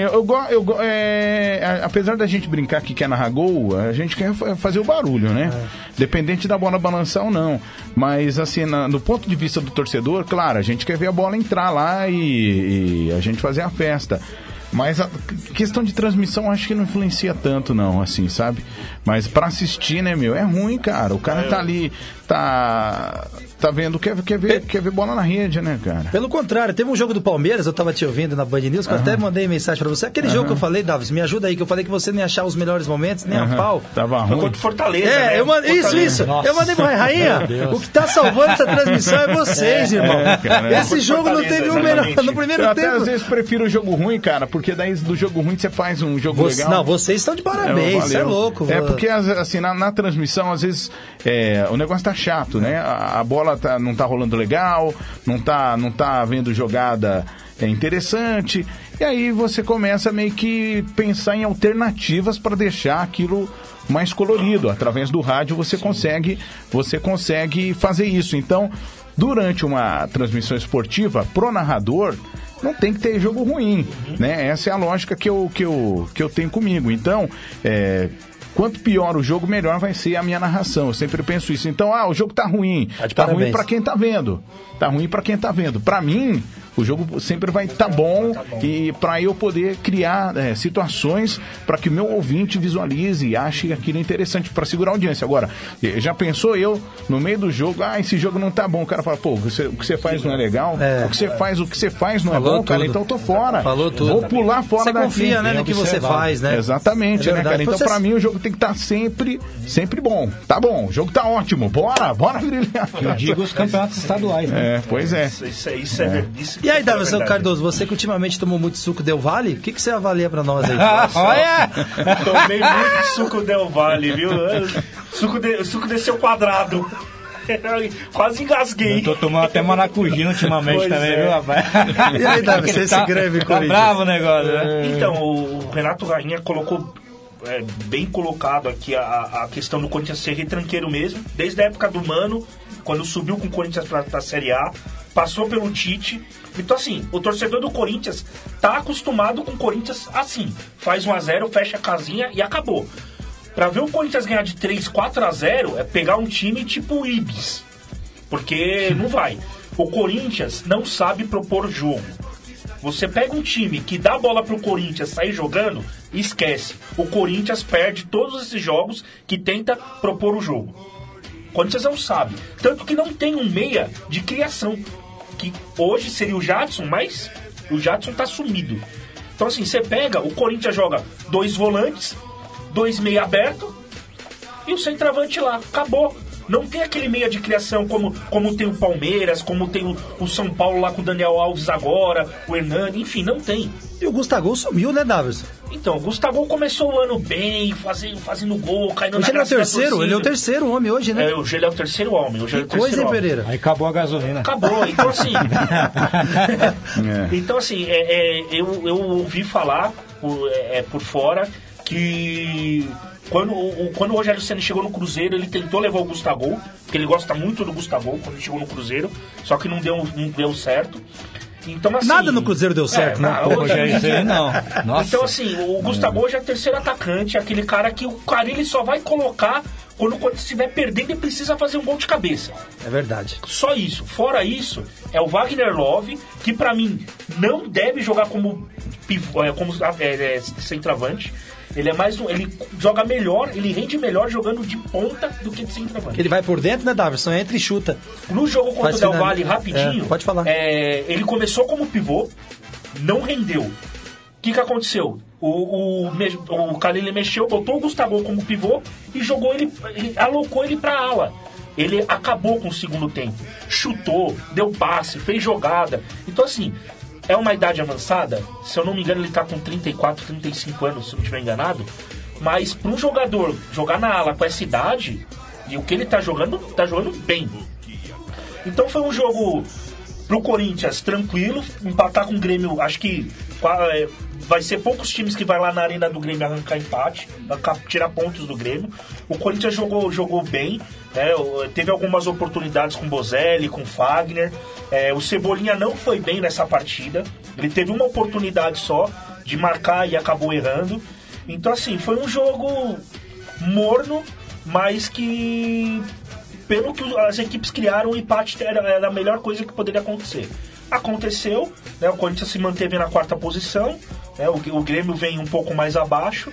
apesar da gente brincar que quer narrar gol, a gente quer fazer o barulho, né? Dependente da bola balançar ou não. Mas, assim, do ponto de vista do torcedor, claro, a gente quer ver a bola entrar lá e a gente fazer a festa. Mas a questão de transmissão acho que não influencia tanto, não, assim, sabe? Mas pra assistir, né, meu, é ruim, cara. O cara tá ali, tá vendo, quer ver bola na rede, né, cara? Pelo contrário, teve um jogo do Palmeiras, eu tava te ouvindo na Band News, que eu até mandei mensagem pra você. Aquele jogo que eu falei, Davis, me ajuda aí, que eu falei que você nem achava os melhores momentos, nem a pau. Tava ruim. Foi contra o Fortaleza, né? Isso. Nossa. Eu mandei pra Rainha, o que tá salvando essa transmissão é vocês, irmão. Esse jogo não teve um melhor no primeiro tempo. Até às vezes prefiro o jogo ruim, cara, porque daí do jogo ruim você faz um jogo legal. Não, vocês estão de parabéns, você é louco. Porque, assim, na transmissão, às vezes, o negócio tá chato, né? A bola não tá rolando legal, não tá vendo jogada interessante, e aí você começa meio que pensar em alternativas para deixar aquilo mais colorido. Através do rádio você consegue fazer isso. Então, durante uma transmissão esportiva, pro narrador, não tem que ter jogo ruim, né? Essa é a lógica que eu tenho comigo. Então, quanto pior o jogo, melhor vai ser a minha narração. Eu sempre penso isso. Então, o jogo tá ruim. Tá ruim pra quem tá vendo. Pra mim, o jogo sempre vai estar bom, e para eu poder criar situações para que o meu ouvinte visualize e ache aquilo interessante para segurar a audiência. Agora, já pensou eu, no meio do jogo, esse jogo não tá bom, o cara fala, pô, o que você faz não é legal, o que você faz não é bom, cara, então eu tô fora. Falou tudo. Vou pular fora daqui. Você confia, né, no que você faz, né? Exatamente, né, cara? Então, para mim, o jogo tem que estar sempre bom. Tá bom, o jogo tá ótimo, bora brilhar. Eu digo os campeonatos estaduais, né? Pois é. Isso é verdade. E aí, Davidson Cardoso, você que ultimamente tomou muito suco Del Valle, o que você avalia pra nós aí? Olha! Tomei muito suco Del Valle, viu? Suco desceu quadrado. Quase engasguei. Eu tô tomando até maracujina ultimamente também, viu, rapaz? E aí, Davidson, você se greve com Tá bravo o negócio, né? Então, o Renato Rainha colocou bem colocado aqui a questão do Corinthians ser retranqueiro mesmo, desde a época do Mano, quando subiu com o Corinthians pra Série A, passou pelo Tite. Então, assim, o torcedor do Corinthians tá acostumado com o Corinthians assim. Faz 1-0, fecha a casinha e acabou. Pra ver o Corinthians ganhar de 3, 4-0 é pegar um time tipo o Ibis. Porque não vai. O Corinthians não sabe propor jogo. Você pega um time que dá a bola pro Corinthians sair jogando, esquece. O Corinthians perde todos esses jogos que tenta propor o jogo. O Corinthians não sabe. Tanto que não tem um meia de criação. Que hoje seria o Jadson, mas o Jadson tá sumido. Então, assim, você pega, o Corinthians joga 2 volantes, 2 meia aberto e o centroavante lá. Acabou. Não tem aquele meia de criação como tem o Palmeiras, como tem o São Paulo lá com o Daniel Alves agora, o Hernani, enfim, não tem. E o Gustavo sumiu, né, Davidson? Então, o Gustavo começou o ano bem, fazendo gol, caindo hoje na graça da torcida. Ele é o terceiro homem hoje, né? Hoje ele é o terceiro homem. Que coisa, hein, Pereira? Aí acabou a gasolina. Acabou, então assim... Então assim, eu ouvi falar por fora que... Quando o Rogério Ceni chegou no Cruzeiro, ele tentou levar o Gustavo, porque ele gosta muito do Gustavo quando ele chegou no Cruzeiro, só que não deu certo. Então, assim, nada no Cruzeiro deu certo, né? O Rogério Ceni não. Nossa. Então, assim, o Gustavo já é terceiro atacante, aquele cara que o Carille só vai colocar quando o Corinthians estiver perdendo e precisa fazer um gol de cabeça. É verdade. Só isso. Fora isso, é o Wagner Love, que pra mim não deve jogar como centroavante. Ele é mais ele joga melhor, ele rende melhor jogando de ponta do que de centroavante. Ele vai por dentro, né, Davidson? Entra e chuta. No jogo contra o Del Valle, rapidinho, pode falar. Ele começou como pivô, não rendeu. O que aconteceu? O Khalil mexeu, botou o Gustavo como pivô e jogou ele alocou ele pra ala. Ele acabou com o segundo tempo. Chutou, deu passe, fez jogada. Então, assim, é uma idade avançada. Se eu não me engano, ele tá com 34, 35 anos, se eu não estiver enganado. Mas para um jogador jogar na ala com essa idade, e o que ele tá jogando bem. Então foi um jogo pro Corinthians tranquilo, empatar com o Grêmio. Acho que vai ser poucos times que vai lá na arena do Grêmio arrancar empate, tirar pontos do Grêmio. O Corinthians jogou bem, né? Teve algumas oportunidades com o Bozelli, com o Fagner. O Cebolinha não foi bem nessa partida. Ele teve uma oportunidade só de marcar e acabou errando. Então, assim, foi um jogo morno, mas que, pelo que as equipes criaram, o empate era a melhor coisa que poderia acontecer. Aconteceu, né? O Corinthians se manteve na 4ª posição, né? O Grêmio vem um pouco mais abaixo.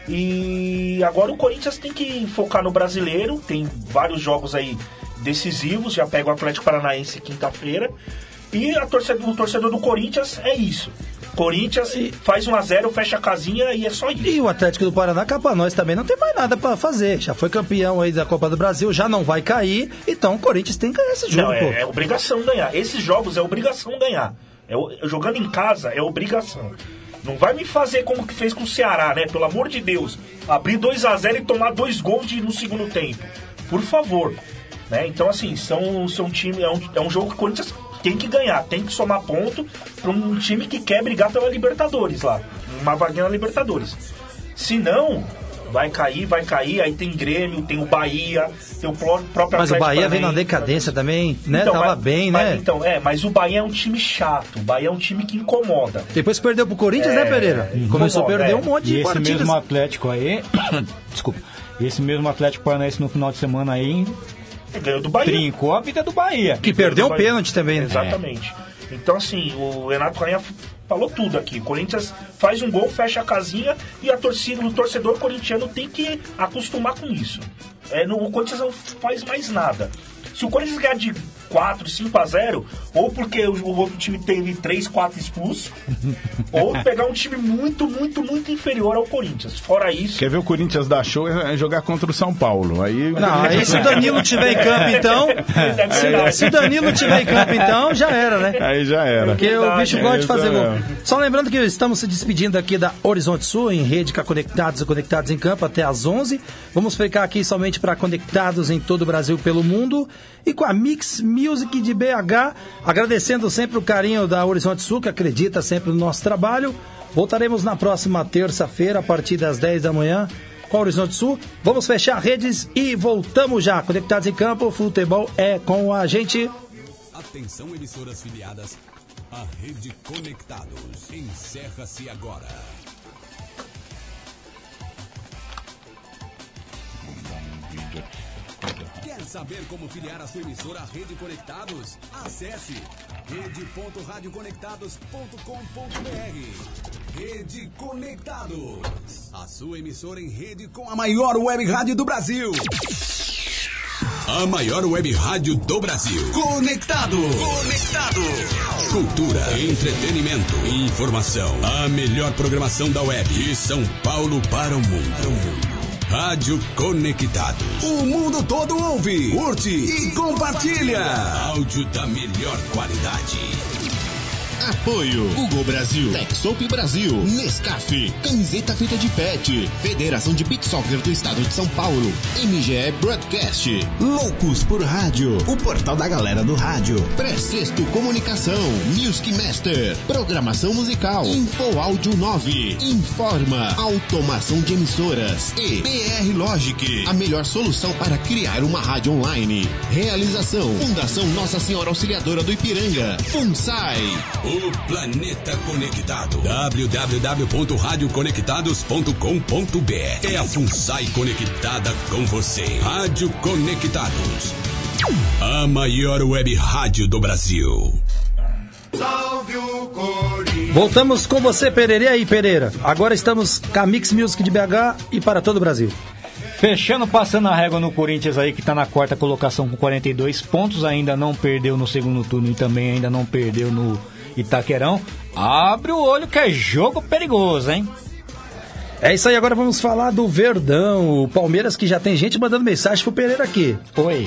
E agora o Corinthians tem que focar no Brasileiro. Tem vários jogos aí decisivos. Já pega o Atlético Paranaense quinta-feira. E o torcedor do Corinthians é isso. Corinthians faz 1-0, fecha a casinha e é só isso. E o Atlético do Paraná, cá pra nós também não tem mais nada pra fazer. Já foi campeão aí da Copa do Brasil, já não vai cair. Então o Corinthians tem que ganhar esse jogo. Não, é obrigação ganhar. Esses jogos é obrigação ganhar. Jogando em casa é obrigação. Não vai me fazer como que fez com o Ceará, né? Pelo amor de Deus. Abrir 2-0 e tomar 2 gols no segundo tempo. Por favor. Né? Então, assim, são time, é um jogo que o Corinthians tem que ganhar, tem que somar ponto para um time que quer brigar pela Libertadores lá. Uma vaguinha na Libertadores. Se não, vai cair, aí tem Grêmio, tem o Bahia, tem o próprio Mas Atlético. Mas o Bahia vem na decadência também, né? Então, tava bem, né? Mas o Bahia é um time chato, o Bahia é um time que incomoda. Depois perdeu pro Corinthians, né, Pereira? Começou a perder um monte de partidas. E esse mesmo Atlético aí, desculpa, esse mesmo Atlético Paranaense no final de semana aí ganhou do Bahia. Trincou a vida do Bahia. Que perdeu um pênalti também, né? Exatamente. Então, assim, o Renato Rainha falou tudo aqui. O Corinthians faz um gol, fecha a casinha e o torcedor corintiano tem que acostumar com isso. O Corinthians não faz mais nada. Se o Corinthians ganhar de 4, 5-0, ou porque o outro time teve 3, 4 expulsos, ou pegar um time muito, muito, muito inferior ao Corinthians. Fora isso... Quer ver o Corinthians dar show é jogar contra o São Paulo. Aí se o Danilo tiver em campo, então... se o Danilo tiver em campo, então, já era, né? Aí já era. Porque o bicho gosta de fazer gol. Só lembrando que estamos se despedindo aqui da Horizonte Sul, em rede com a Conectados e Conectados em Campo, até às 11. Vamos ficar aqui somente para Conectados em todo o Brasil e pelo mundo. E com a Mix Music de BH, agradecendo sempre o carinho da Horizonte Sul, que acredita sempre no nosso trabalho. Voltaremos na próxima terça-feira, a partir das 10 da manhã, com a Horizonte Sul. Vamos fechar redes e voltamos já. Conectados em Campo, futebol é com a gente. Atenção, emissoras filiadas. A Rede Conectados encerra-se agora. Quer saber como filiar a sua emissora à Rede Conectados? Acesse rede.radioconectados.com.br. Rede Conectados, a sua emissora em rede com a maior web rádio do Brasil. A maior web rádio do Brasil. Conectados. Cultura, entretenimento, informação. A melhor programação da web de São Paulo para o mundo. Rádio Conectados. O mundo todo ouve, curte e compartilha. Áudio da melhor qualidade. Apoio Google Brasil, TechSoup Brasil, Nescafé, Camiseta Feita de Pet, Federação de Beach Soccer do Estado de São Paulo, MGE Broadcast, Loucos por Rádio, o portal da galera do rádio, Precesto Comunicação, Music Master, Programação Musical, Info Áudio 9, Informa, Automação de Emissoras e PR Logic, a melhor solução para criar uma rádio online. Realização, Fundação Nossa Senhora Auxiliadora do Ipiranga, FUNSAI. O planeta conectado. www.radioconectados.com.br. É a FUNSAI conectada com você. Rádio Conectados. A maior web rádio do Brasil. Salve o Corinthians. Voltamos com você, Pereira. E aí, Pereira? Agora estamos com a Mix Music de BH e para todo o Brasil. Fechando, passando a régua no Corinthians aí, que está na 4ª colocação com 42 pontos, ainda não perdeu no segundo turno e também ainda não perdeu no Itaquerão. Abre o olho que é jogo perigoso, hein? É isso aí, agora vamos falar do Verdão, o Palmeiras, que já tem gente mandando mensagem pro Pereira aqui. Oi.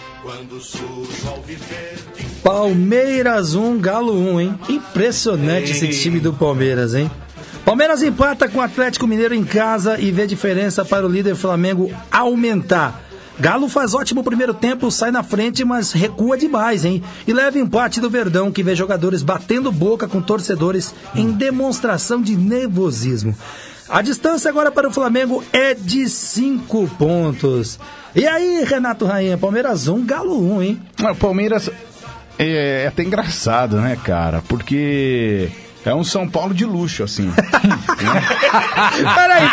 Palmeiras 1, Galo 1, hein? Impressionante esse time do Palmeiras, hein? Palmeiras empata com o Atlético Mineiro em casa e vê diferença para o líder Flamengo aumentar. Galo faz ótimo primeiro tempo, sai na frente, mas recua demais, hein? E leva empate do Verdão, que vê jogadores batendo boca com torcedores em demonstração de nervosismo. A distância agora para o Flamengo é de 5 pontos. E aí, Renato Rainha, Palmeiras 1, Galo 1, hein? O Palmeiras é até engraçado, né, cara? Porque é um São Paulo de luxo, assim. Peraí,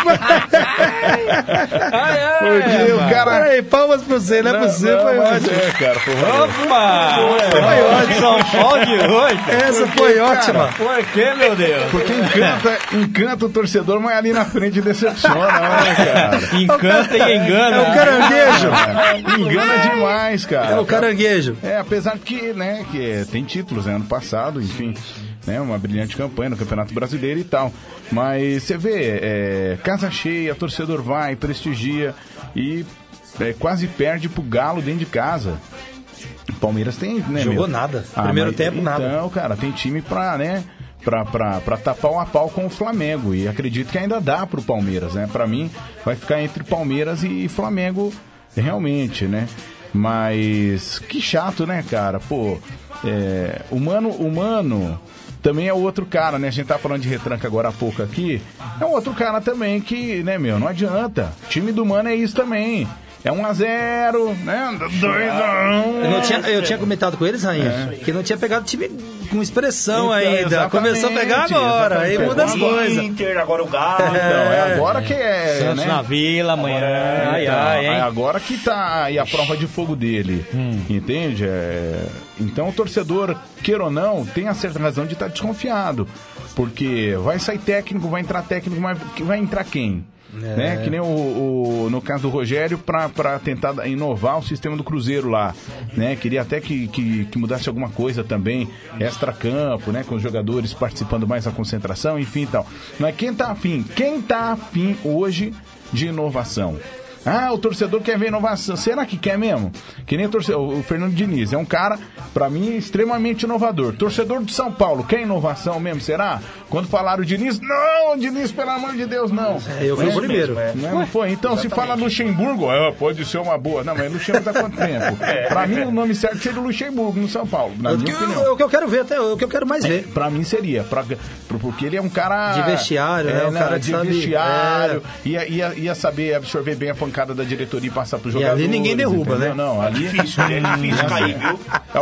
porque o cara... Peraí, palmas pra você, não é possível, foi ótimo. Cara, Opa! Foi ótimo. São Paulo de hoje. Essa foi ótima. Por que, meu Deus? Porque encanta o torcedor, mas ali na frente decepciona, né, cara? Encanta e engana. É o caranguejo. Engana demais, cara. É o caranguejo. Apesar que, né, que tem títulos, né, ano passado, enfim, né, uma brilhante campanha no Campeonato Brasileiro e tal. Mas você vê, casa cheia, torcedor vai, prestigia e quase perde pro Galo dentro de casa. O Palmeiras tem, né? Jogou nada. Primeiro tempo, nada. Então, cara, tem time pra, né? Pra tapar um a pau com o Flamengo. E acredito que ainda dá pro Palmeiras, né? Pra mim, vai ficar entre Palmeiras e Flamengo, realmente, né? Mas que chato, né, cara? Pô, o Mano também é outro cara, né? A gente tá falando de retranca agora há pouco aqui. É um outro cara também que, né, meu, não adianta. O time do Mano é isso também. É 1-0, né? 2-1. Eu tinha comentado com eles, Rainha, que não tinha pegado o time com expressão ainda. Começou a pegar agora, aí muda as coisas. Inter, agora o Galo. É agora que é. Santos, né? na Vila, amanhã. É agora que tá aí a prova de fogo dele. Entende? Então o torcedor, queira ou não, tem a certa razão de estar desconfiado. Porque vai sair técnico, vai entrar técnico, mas vai entrar quem? Né? Que nem no caso do Rogério, para tentar inovar o sistema do Cruzeiro lá, né? Queria até que mudasse alguma coisa também, extra-campo, né? Com os jogadores participando mais da concentração, enfim e tal. Mas quem tá afim hoje de inovação? O torcedor quer ver inovação. Será que quer mesmo? Que nem o Fernando Diniz. É um cara, pra mim, extremamente inovador. Torcedor de São Paulo, quer inovação mesmo? Será? Quando falaram o Diniz, não, Diniz, pelo amor de Deus, não. Eu fui o primeiro. Não foi? Então, exatamente. Se fala Luxemburgo, pode ser uma boa. Não, mas Luxemburgo tá quanto tempo? Pra mim, o nome certo seria Luxemburgo no São Paulo. Na minha opinião. O que eu quero ver, até o que eu quero mais ver. Pra mim seria. Porque ele é um cara... de vestiário, né? Um cara de vestiário. Ia saber absorver bem a pancada da diretoria e passar pro jogador. E ali ninguém derruba, entendeu? né? Não, ali é difícil cair, viu?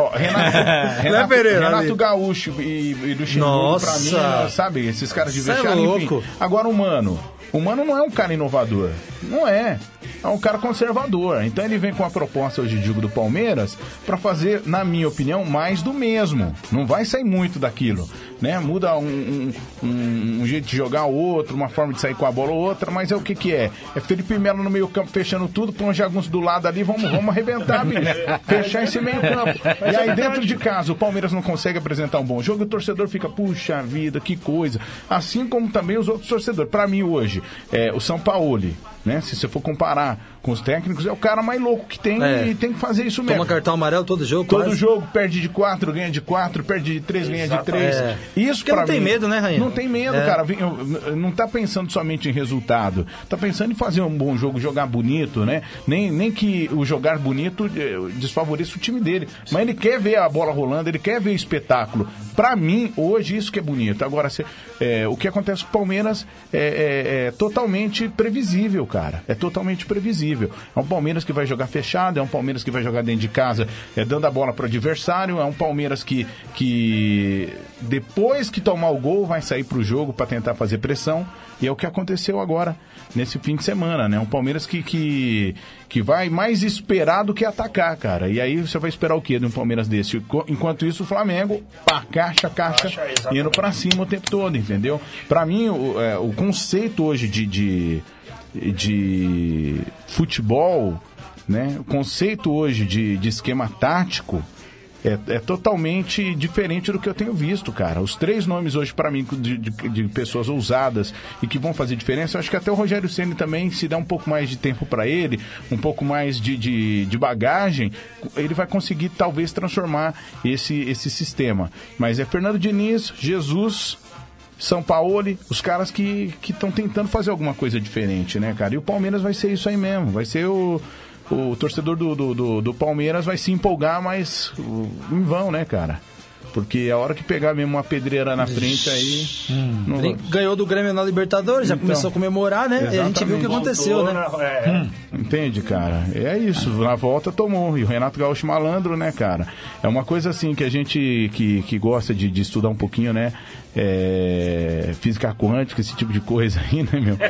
Renato Gaúcho e Luxemburgo, pra mim, sabe, esses caras de vestiário, enfim. Agora o Mano não é um cara inovador. Não é. É um cara conservador. Então ele vem com a proposta hoje de jogo do Palmeiras pra fazer, na minha opinião, mais do mesmo. Não vai sair muito daquilo, né? Muda um jeito de jogar outro, uma forma de sair com a bola outra, mas é o que é? É Felipe Melo no meio campo fechando tudo, põe os jagunços do lado ali, vamos arrebentar, bicho. Fechar esse meio campo. E aí dentro de casa o Palmeiras não consegue apresentar um bom jogo e o torcedor fica, puxa vida, que coisa. Assim como também os outros torcedores. Pra mim hoje, o Sampaoli, né? Se você for comparar com os técnicos, é o cara mais louco que tem e tem que fazer isso mesmo. Toma cartão amarelo todo jogo. Todo jogo, perde de 4, ganha de 4, perde de 3, ganha de 3. Isso pra não tem medo, né, Rainha? Não tem medo, cara. Não tá pensando somente em resultado. Tá pensando em fazer um bom jogo, jogar bonito, né? Nem que o jogar bonito desfavoreça o time dele. Mas ele quer ver a bola rolando, ele quer ver espetáculo. Pra mim, hoje, isso que é bonito. Agora, o que acontece com o Palmeiras é totalmente previsível, cara. É totalmente previsível. É um Palmeiras que vai jogar fechado, é um Palmeiras que vai jogar dentro de casa, dando a bola pro adversário, é um Palmeiras que depois que tomar o gol vai sair pro jogo para tentar fazer pressão, e é o que aconteceu agora nesse fim de semana, né? Um Palmeiras que vai mais esperar do que atacar, cara. E aí você vai esperar o quê de um Palmeiras desse? Enquanto isso, o Flamengo, caixa, indo pra cima o tempo todo, entendeu? Pra mim, o conceito hoje de futebol, né? O conceito hoje de esquema tático é totalmente diferente do que eu tenho visto, cara. Os 3 nomes hoje, pra mim, de pessoas ousadas e que vão fazer diferença, eu acho que até o Rogério Ceni também, se der um pouco mais de tempo pra ele, um pouco mais de bagagem, ele vai conseguir, talvez, transformar esse sistema. Mas é Fernando Diniz, Jesus, Sampaoli, os caras que estão tentando fazer alguma coisa diferente, né, cara? E o Palmeiras vai ser isso aí mesmo, vai ser o torcedor do Palmeiras vai se empolgar, mas em vão, né, cara? Porque a hora que pegar mesmo uma pedreira na frente aí... Ganhou do Grêmio na Libertadores, já começou a comemorar, né? E a gente viu o que aconteceu, né? Entende, cara? É isso, na volta tomou. E o Renato Gaúcho malandro, né, cara? É uma coisa assim que a gente que gosta de estudar um pouquinho, né? Física quântica, esse tipo de coisa aí, né, meu?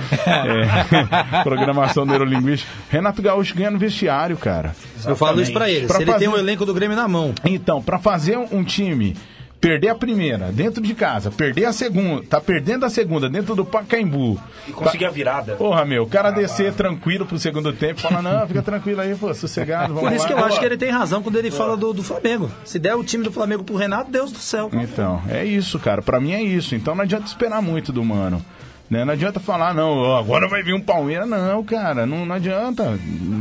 Programação neurolinguística. Renato Gaúcho ganha no vestiário, cara. Exatamente. Eu falo isso pra ele. Se ele tem um elenco do Grêmio na mão. Então, pra fazer um time perder a primeira dentro de casa, perder a segunda, tá perdendo a segunda dentro do Pacaembu. E conseguir a virada. Porra, meu, o cara descer tranquilo pro segundo tempo, fala, não, fica tranquilo aí, pô, sossegado, vamos lá. Por isso que eu acho que ele tem razão quando ele fala do Flamengo. Se der o time do Flamengo pro Renato, Deus do céu. Então, é isso, cara, pra mim é isso. Então não adianta esperar muito do Mano. Né? Não adianta falar, não, agora vai vir um Palmeiras. Não, cara, não adianta.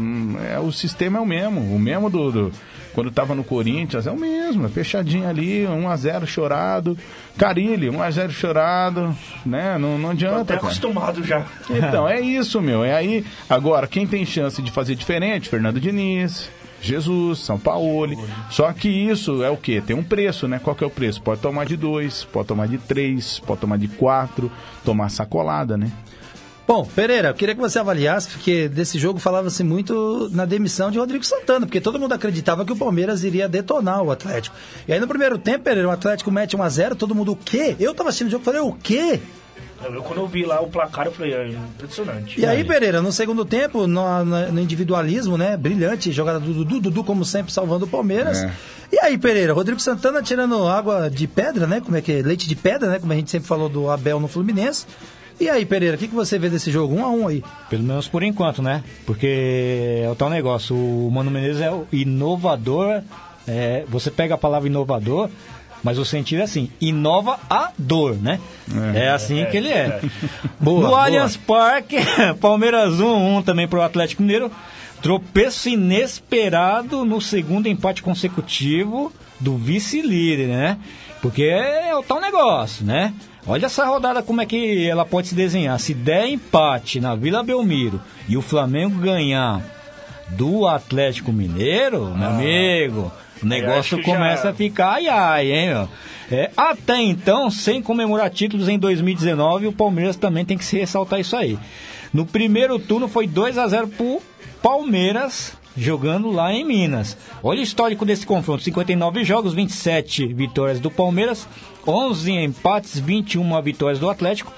O sistema é o mesmo quando tava no Corinthians, é o mesmo, é fechadinho ali, 1-0 chorado. Carille, 1-0 chorado, né? Não adianta. Tô até acostumado já. Então, é isso, meu. É aí, agora, quem tem chance de fazer diferente? Fernando Diniz, Jesus, Sampaoli. Só que isso é o quê? Tem um preço, né? Qual que é o preço? Pode tomar de 2, pode tomar de 3, pode tomar de 4, tomar sacolada, né? Bom, Pereira, eu queria que você avaliasse, porque desse jogo falava-se muito na demissão de Rodrigo Santana, porque todo mundo acreditava que o Palmeiras iria detonar o Atlético. E aí no primeiro tempo, Pereira, o Atlético mete 1-0, todo mundo, o quê? Eu tava assistindo o jogo e falei, o quê? Quando eu vi lá o placar, eu falei, impressionante. E aí, Pereira, no segundo tempo, no individualismo, né, brilhante, jogada do Dudu, como sempre, salvando o Palmeiras. E aí, Pereira, Rodrigo Santana tirando água de pedra, né, como é que é? Leite de pedra, né, como a gente sempre falou do Abel no Fluminense. E aí, Pereira, o que você vê desse jogo? 1-1 aí? Pelo menos por enquanto, né? Porque é o tal negócio, o Mano Menezes é o inovador, você pega a palavra inovador, mas o sentido é assim, inova a dor, né? É assim que ele é. No Allianz Parque, Palmeiras 1-1 também pro Atlético Mineiro, tropeço inesperado no segundo empate consecutivo do vice-líder, né? Porque é o tal negócio, né? Olha essa rodada como é que ela pode se desenhar. Se der empate na Vila Belmiro e o Flamengo ganhar do Atlético Mineiro, meu amigo, o negócio começa a ficar hein, meu? Até então, sem comemorar títulos em 2019, o Palmeiras também tem que se ressaltar isso aí. No primeiro turno foi 2-0 pro Palmeiras, jogando lá em Minas. Olha o histórico desse confronto: 59 jogos, 27 vitórias do Palmeiras, 11 empates, 21 vitórias do Atlético,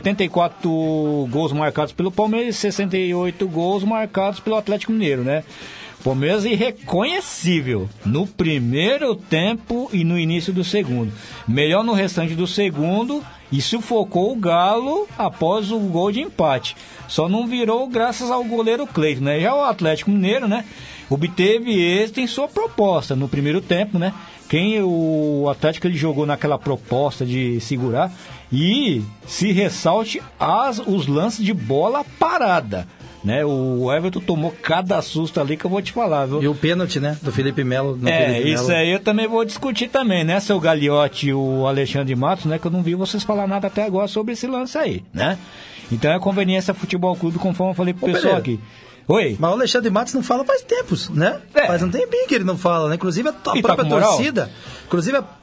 74 gols marcados pelo Palmeiras e 68 gols marcados pelo Atlético Mineiro, né? Palmeiras irreconhecível no primeiro tempo e no início do segundo. Melhor no restante do segundo e sufocou o Galo após o gol de empate. Só não virou graças ao goleiro Cleiton, né? Já o Atlético Mineiro, né, obteve êxito em sua proposta no primeiro tempo, né? O Atlético ele jogou naquela proposta de segurar e se ressalte os lances de bola parada, né? O Everton tomou cada susto ali que eu vou te falar, viu? E o pênalti, né? Do Felipe Melo. Isso aí eu também vou discutir também, né? Seu Gagliotti e o Alexandre Matos, né? Que eu não vi vocês falar nada até agora sobre esse lance aí, né? Então é Conveniência Futebol Clube, conforme eu falei pro pessoal aqui. Oi? Mas o Alexandre Matos não fala faz tempos, né? Faz um tempinho que ele não fala, né? Inclusive a própria torcida. Inclusive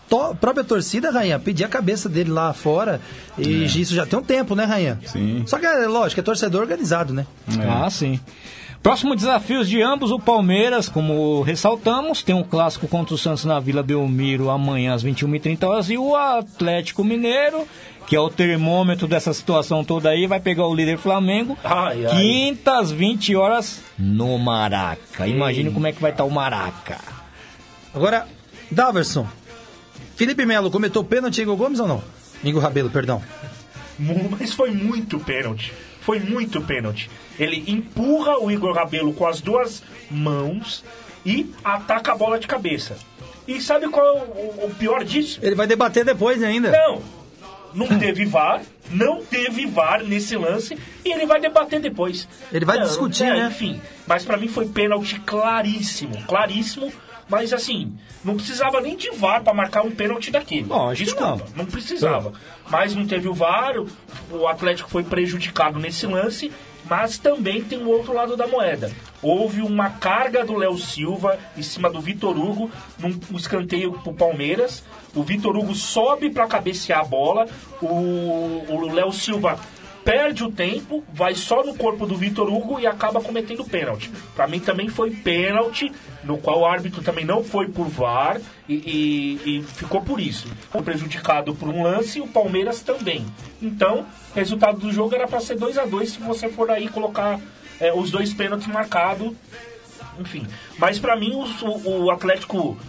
própria torcida, Rainha, pedia a cabeça dele lá fora. E isso já tem um tempo, né, Rainha? Sim. Só que é lógico, é torcedor organizado, né? Ah, sim. Próximo desafios de ambos, o Palmeiras, como ressaltamos, tem um clássico contra o Santos na Vila Belmiro amanhã às 21h30 e o Atlético Mineiro, que é o termômetro dessa situação toda aí, vai pegar o líder Flamengo, quinta às 20 horas no Maraca. Imagine como é que vai estar o Maraca. Agora, Daverson, Felipe Melo cometeu pênalti em Igor Gomes ou não? Igor Rabelo, perdão. Mas foi muito pênalti. Foi muito pênalti. Ele empurra o Igor Rabelo com as duas mãos e ataca a bola de cabeça. E sabe qual é o pior disso? Ele vai debater depois ainda. Não teve VAR, não teve VAR nesse lance e ele vai debater depois. Ele vai discutir, né? Enfim, mas pra mim foi pênalti claríssimo, mas assim, não precisava nem de VAR pra marcar um pênalti daquele. Desculpa, não precisava. Mas não teve o VAR, o Atlético foi prejudicado nesse lance, mas também tem o outro lado da moeda. Houve uma carga do Léo Silva em cima do Vitor Hugo, num escanteio pro Palmeiras. O Vitor Hugo sobe para cabecear a bola, o Léo Silva perde o tempo, vai só no corpo do Vitor Hugo e acaba cometendo pênalti. Para mim também foi pênalti, no qual o árbitro também não foi por VAR e ficou por isso. Foi prejudicado por um lance e o Palmeiras também. Então, o resultado do jogo era para ser 2-2 se você for aí colocar os dois pênaltis marcados. Enfim, mas para mim o Atlético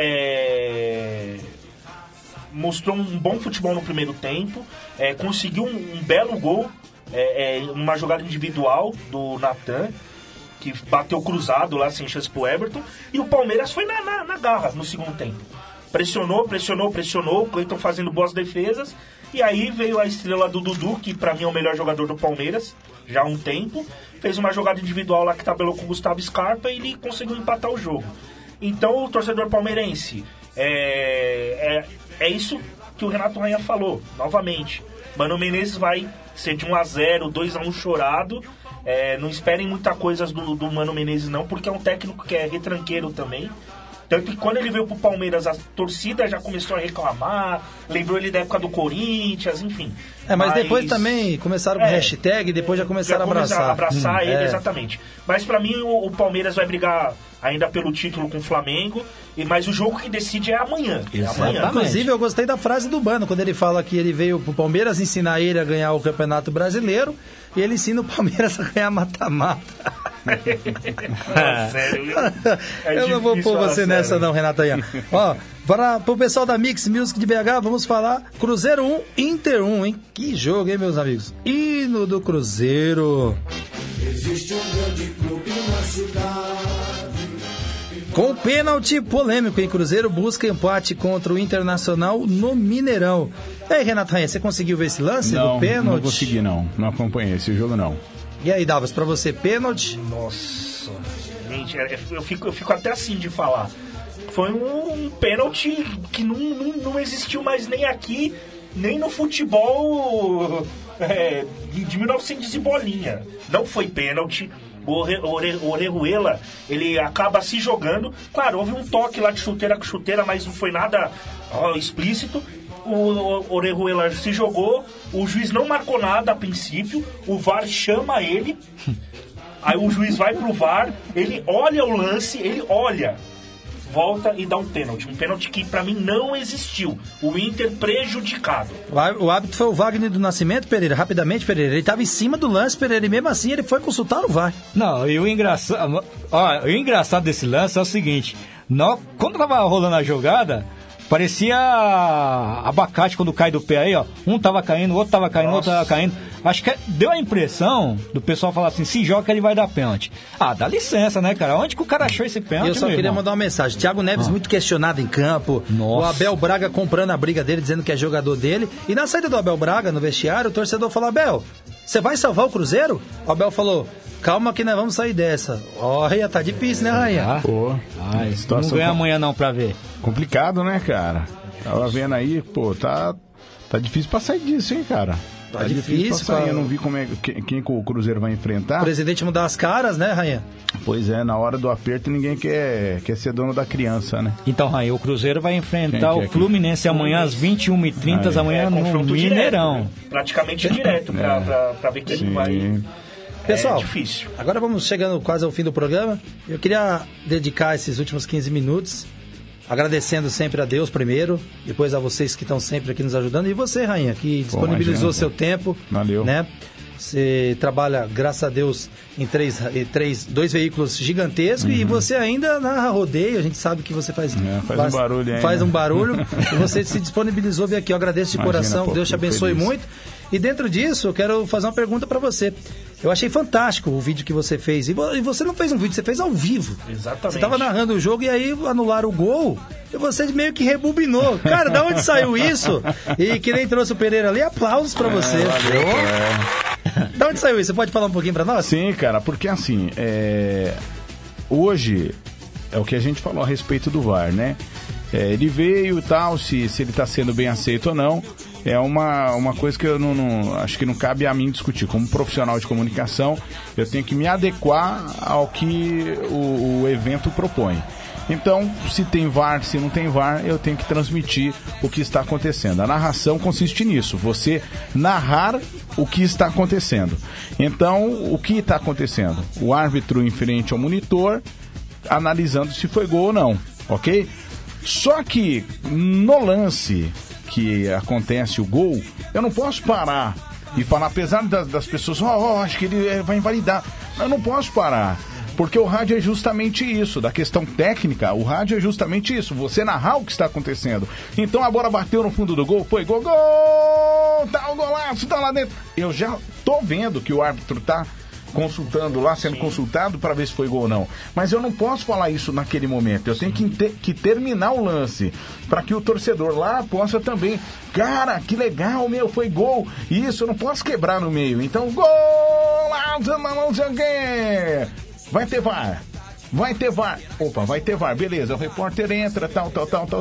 mostrou um bom futebol no primeiro tempo, conseguiu um belo gol, uma jogada individual do Natan, que bateu cruzado lá sem chance pro Everton, e o Palmeiras foi na garra no segundo tempo. Pressionou, o Cleiton fazendo boas defesas, e aí veio a estrela do Dudu, que pra mim é o melhor jogador do Palmeiras, já há um tempo, fez uma jogada individual lá que tabelou com o Gustavo Scarpa e ele conseguiu empatar o jogo. Então o torcedor palmeirense é isso que o Renato Rainha falou, novamente. Mano Menezes vai ser de 1-0, 2-1 chorado. Não esperem muita coisa do Mano Menezes não, porque é um técnico que é retranqueiro também. Tanto que quando ele veio pro Palmeiras, a torcida já começou a reclamar, lembrou ele da época do Corinthians, enfim. Mas depois também começaram com hashtag, depois já começaram a abraçar. Ele, exatamente. Mas pra mim o Palmeiras vai brigar ainda pelo título com o Flamengo, mas o jogo que decide é amanhã. Inclusive, eu gostei da frase do Mano, quando ele fala que ele veio pro Palmeiras ensinar ele a ganhar o Campeonato Brasileiro, e ele ensina o Palmeiras a ganhar mata-mata. Sério, eu não vou pôr você nessa não, Renato Rainha. Ó, pro pessoal da Mix Music de BH, vamos falar Cruzeiro 1, Inter 1, hein? Que jogo, hein, meus amigos? Hino do Cruzeiro. Existe um grande clube na cidade. Com pênalti polêmico, hein? Cruzeiro busca empate contra o Internacional no Mineirão. E aí, Renato Rainha, você conseguiu ver esse lance do pênalti? Não consegui, não acompanhei esse jogo, não. E aí, Davos, pra você, pênalti? Nossa, gente, eu fico até assim de falar. Foi um pênalti que não existiu mais nem aqui, nem no futebol de 1900 e bolinha. Não foi pênalti. O Orejuela, ele acaba se jogando. Claro, houve um toque lá de chuteira com chuteira, mas não foi nada explícito. O Orejuela se jogou, o juiz não marcou nada a princípio, o VAR chama ele, aí o juiz vai pro VAR, ele olha o lance, volta e dá um pênalti que pra mim não existiu. O Inter prejudicado. O árbitro foi o Wagner do Nascimento, Pereira. Rapidamente, Pereira, ele tava em cima do lance, Pereira, e mesmo assim ele foi consultar o VAR. Não, e o engraçado desse lance é o seguinte, quando tava rolando a jogada, parecia abacate quando cai do pé aí, ó. Um tava caindo, o outro tava caindo, o outro tava caindo. Acho que deu a impressão do pessoal falar assim, se joga ele vai dar pênalti. Dá licença, né, cara? Onde que o cara achou esse pênalti, Eu só queria mandar uma mensagem. Thiago Neves muito questionado em campo. Nossa. O Abel Braga comprando a briga dele, dizendo que é jogador dele. E na saída do Abel Braga, no vestiário, o torcedor falou, Abel, você vai salvar o Cruzeiro? O Abel falou, calma que nós vamos sair dessa. Olha, tá difícil, né, Rainha? Não ganha amanhã não pra ver. Complicado, né, cara? Tava vendo aí, tá difícil pra sair disso, hein, cara? Tá difícil, pra sair. Eu não vi quem o Cruzeiro vai enfrentar. O presidente mudar as caras, né, Rainha? Pois é, na hora do aperto ninguém quer ser dono da criança, né? Então, Rainha, o Cruzeiro vai enfrentar o Fluminense amanhã às 21h30, amanhã no Mineirão. Direto, praticamente direto, pra ver quem vai... Pessoal, difícil. Agora vamos chegando quase ao fim do programa. Eu queria dedicar esses últimos 15 minutos agradecendo sempre a Deus primeiro, depois a vocês que estão sempre aqui nos ajudando, e você, Rainha, que disponibilizou seu tempo. Valeu. Né? Você trabalha, graças a Deus, em dois veículos gigantescos, e você ainda narra rodeio. A gente sabe que você faz um barulho ainda. Faz um barulho e você se disponibilizou vir aqui. Eu agradeço de coração, Deus te abençoe muito. E dentro disso, eu quero fazer uma pergunta para você. Eu achei fantástico o vídeo que você fez. E você não fez um vídeo, você fez ao vivo. Exatamente. Você estava narrando o jogo e aí anularam o gol. E você meio que rebobinou. Cara, da onde saiu isso? E que nem trouxe o Pereira ali, aplausos para você. Valeu. Da onde saiu isso? Você pode falar um pouquinho para nós? Sim, cara, porque assim, hoje é o que a gente falou a respeito do VAR, né? Ele veio e tal, se ele está sendo bem aceito ou não, é uma coisa que eu não acho que não cabe a mim discutir. Como profissional de comunicação, eu tenho que me adequar ao que o evento propõe. Então, se tem VAR, se não tem VAR, eu tenho que transmitir o que está acontecendo. A narração consiste nisso, você narrar o que está acontecendo. Então, o que está acontecendo? O árbitro em frente ao monitor, analisando se foi gol ou não, ok? Só que no lance que acontece o gol, eu não posso parar e falar, apesar das pessoas, acho que ele vai invalidar. Eu não posso parar, porque o rádio é justamente isso, da questão técnica, o rádio é justamente isso, você narrar o que está acontecendo. Então a bola bateu no fundo do gol, foi gol, tá o golaço, tá lá dentro. Eu já tô vendo que o árbitro tá consultando lá, sendo consultado para ver se foi gol ou não. Mas eu não posso falar isso naquele momento. Eu tenho que terminar o lance para que o torcedor lá possa também. Cara, que legal, foi gol. Isso, eu não posso quebrar no meio. Então, gol! Não sei o quê. Vai ter VAR. Opa, vai ter VAR. Beleza, o repórter entra, tal.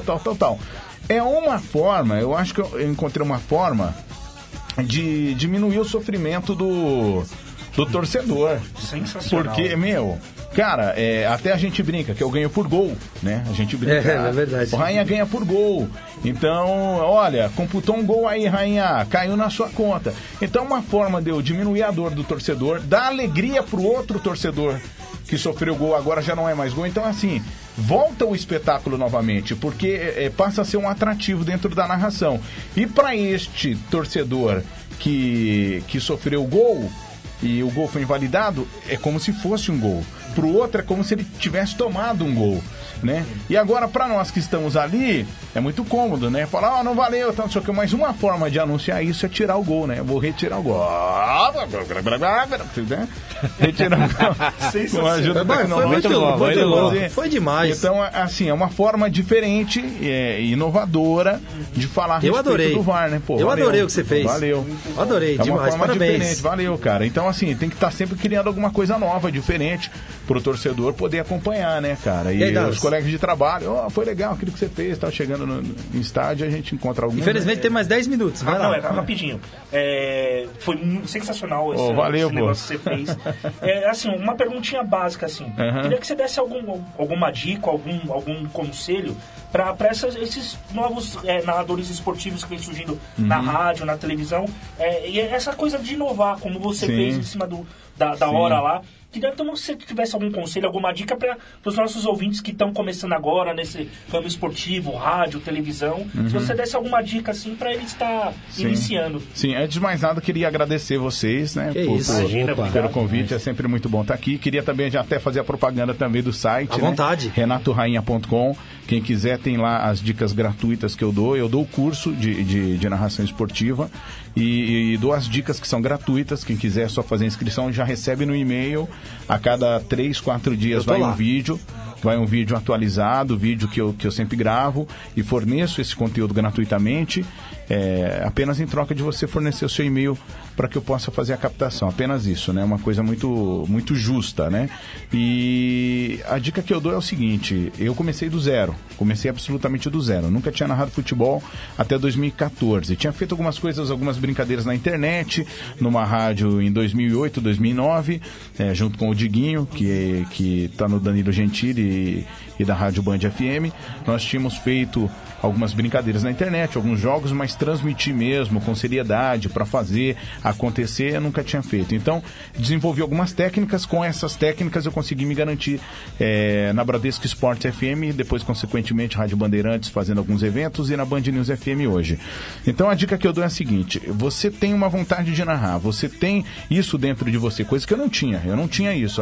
É uma forma, eu acho que eu encontrei uma forma de diminuir o sofrimento do torcedor. Sensacional. Porque, cara, até a gente brinca que eu ganho por gol, né? A gente brinca. É verdade. O Rainha ganha por gol. Então, olha, computou um gol aí, Rainha, caiu na sua conta. Então, uma forma de eu diminuir a dor do torcedor, dar alegria pro outro torcedor que sofreu gol, agora já não é mais gol. Então, assim, volta o espetáculo novamente, porque passa a ser um atrativo dentro da narração. E para este torcedor que sofreu gol, e o gol foi invalidado, é como se fosse um gol. Pro outro é como se ele tivesse tomado um gol, né? E agora, para nós que estamos ali, é muito cômodo, né? Falar, não valeu, não sei o que. Mas uma forma de anunciar isso é tirar o gol, né? Eu vou retirar o gol. Retirar o gol. Com a ajuda tecnológica. Foi demais. Então, assim, é uma forma diferente, inovadora de falar a respeito do VAR, né? Eu adorei o que você fez. Valeu. Adorei, demais. Parabéns. Diferente. Valeu, cara. Então, assim, tem que estar sempre criando alguma coisa nova, diferente, pro torcedor poder acompanhar, né, cara? E os colegas de trabalho, foi legal aquilo que você fez, tá chegando no estádio, a gente encontra algum. Infelizmente tem mais 10 minutos. Não, rapidinho. Foi sensacional esse negócio que você fez. Assim, uma perguntinha básica, assim. Queria que você desse alguma dica, algum conselho para esses novos narradores esportivos que vem surgindo na rádio, na televisão. E essa coisa de inovar, como você fez em cima da hora lá. Queria então se você tivesse algum conselho, alguma dica para os nossos ouvintes que estão começando agora nesse ramo esportivo, rádio, televisão. Se você desse alguma dica assim para ele estar iniciando. Sim, antes de mais nada, queria agradecer vocês, né, pelo convite. É sempre muito bom estar aqui. Queria também já até fazer a propaganda também do site. À vontade. RenatoRainha.com. Quem quiser tem lá as dicas gratuitas que eu dou. Eu dou o curso de narração esportiva e dou as dicas que são gratuitas. Quem quiser é só fazer a inscrição, já recebe no e-mail. A cada 3, 4 dias vai um vídeo atualizado, vídeo que eu sempre gravo e forneço esse conteúdo gratuitamente. apenas em troca de você fornecer o seu e-mail para que eu possa fazer a captação, apenas isso, né? Uma coisa muito, muito justa, né? E a dica que eu dou é o seguinte: eu comecei do zero, comecei absolutamente do zero, nunca tinha narrado futebol até 2014, tinha feito algumas brincadeiras na internet, numa rádio em 2008, 2009, junto com o Diguinho, que tá no Danilo Gentili e da Rádio Band FM. Nós tínhamos feito algumas brincadeiras na internet, alguns jogos, mas transmitir mesmo, com seriedade, para fazer acontecer, eu nunca tinha feito. Então, desenvolvi algumas técnicas, com essas técnicas eu consegui me garantir na Bradesco Esportes FM, depois, consequentemente, Rádio Bandeirantes, fazendo alguns eventos, e na Band News FM hoje. Então, a dica que eu dou é a seguinte: você tem uma vontade de narrar, você tem isso dentro de você, coisa que eu não tinha isso.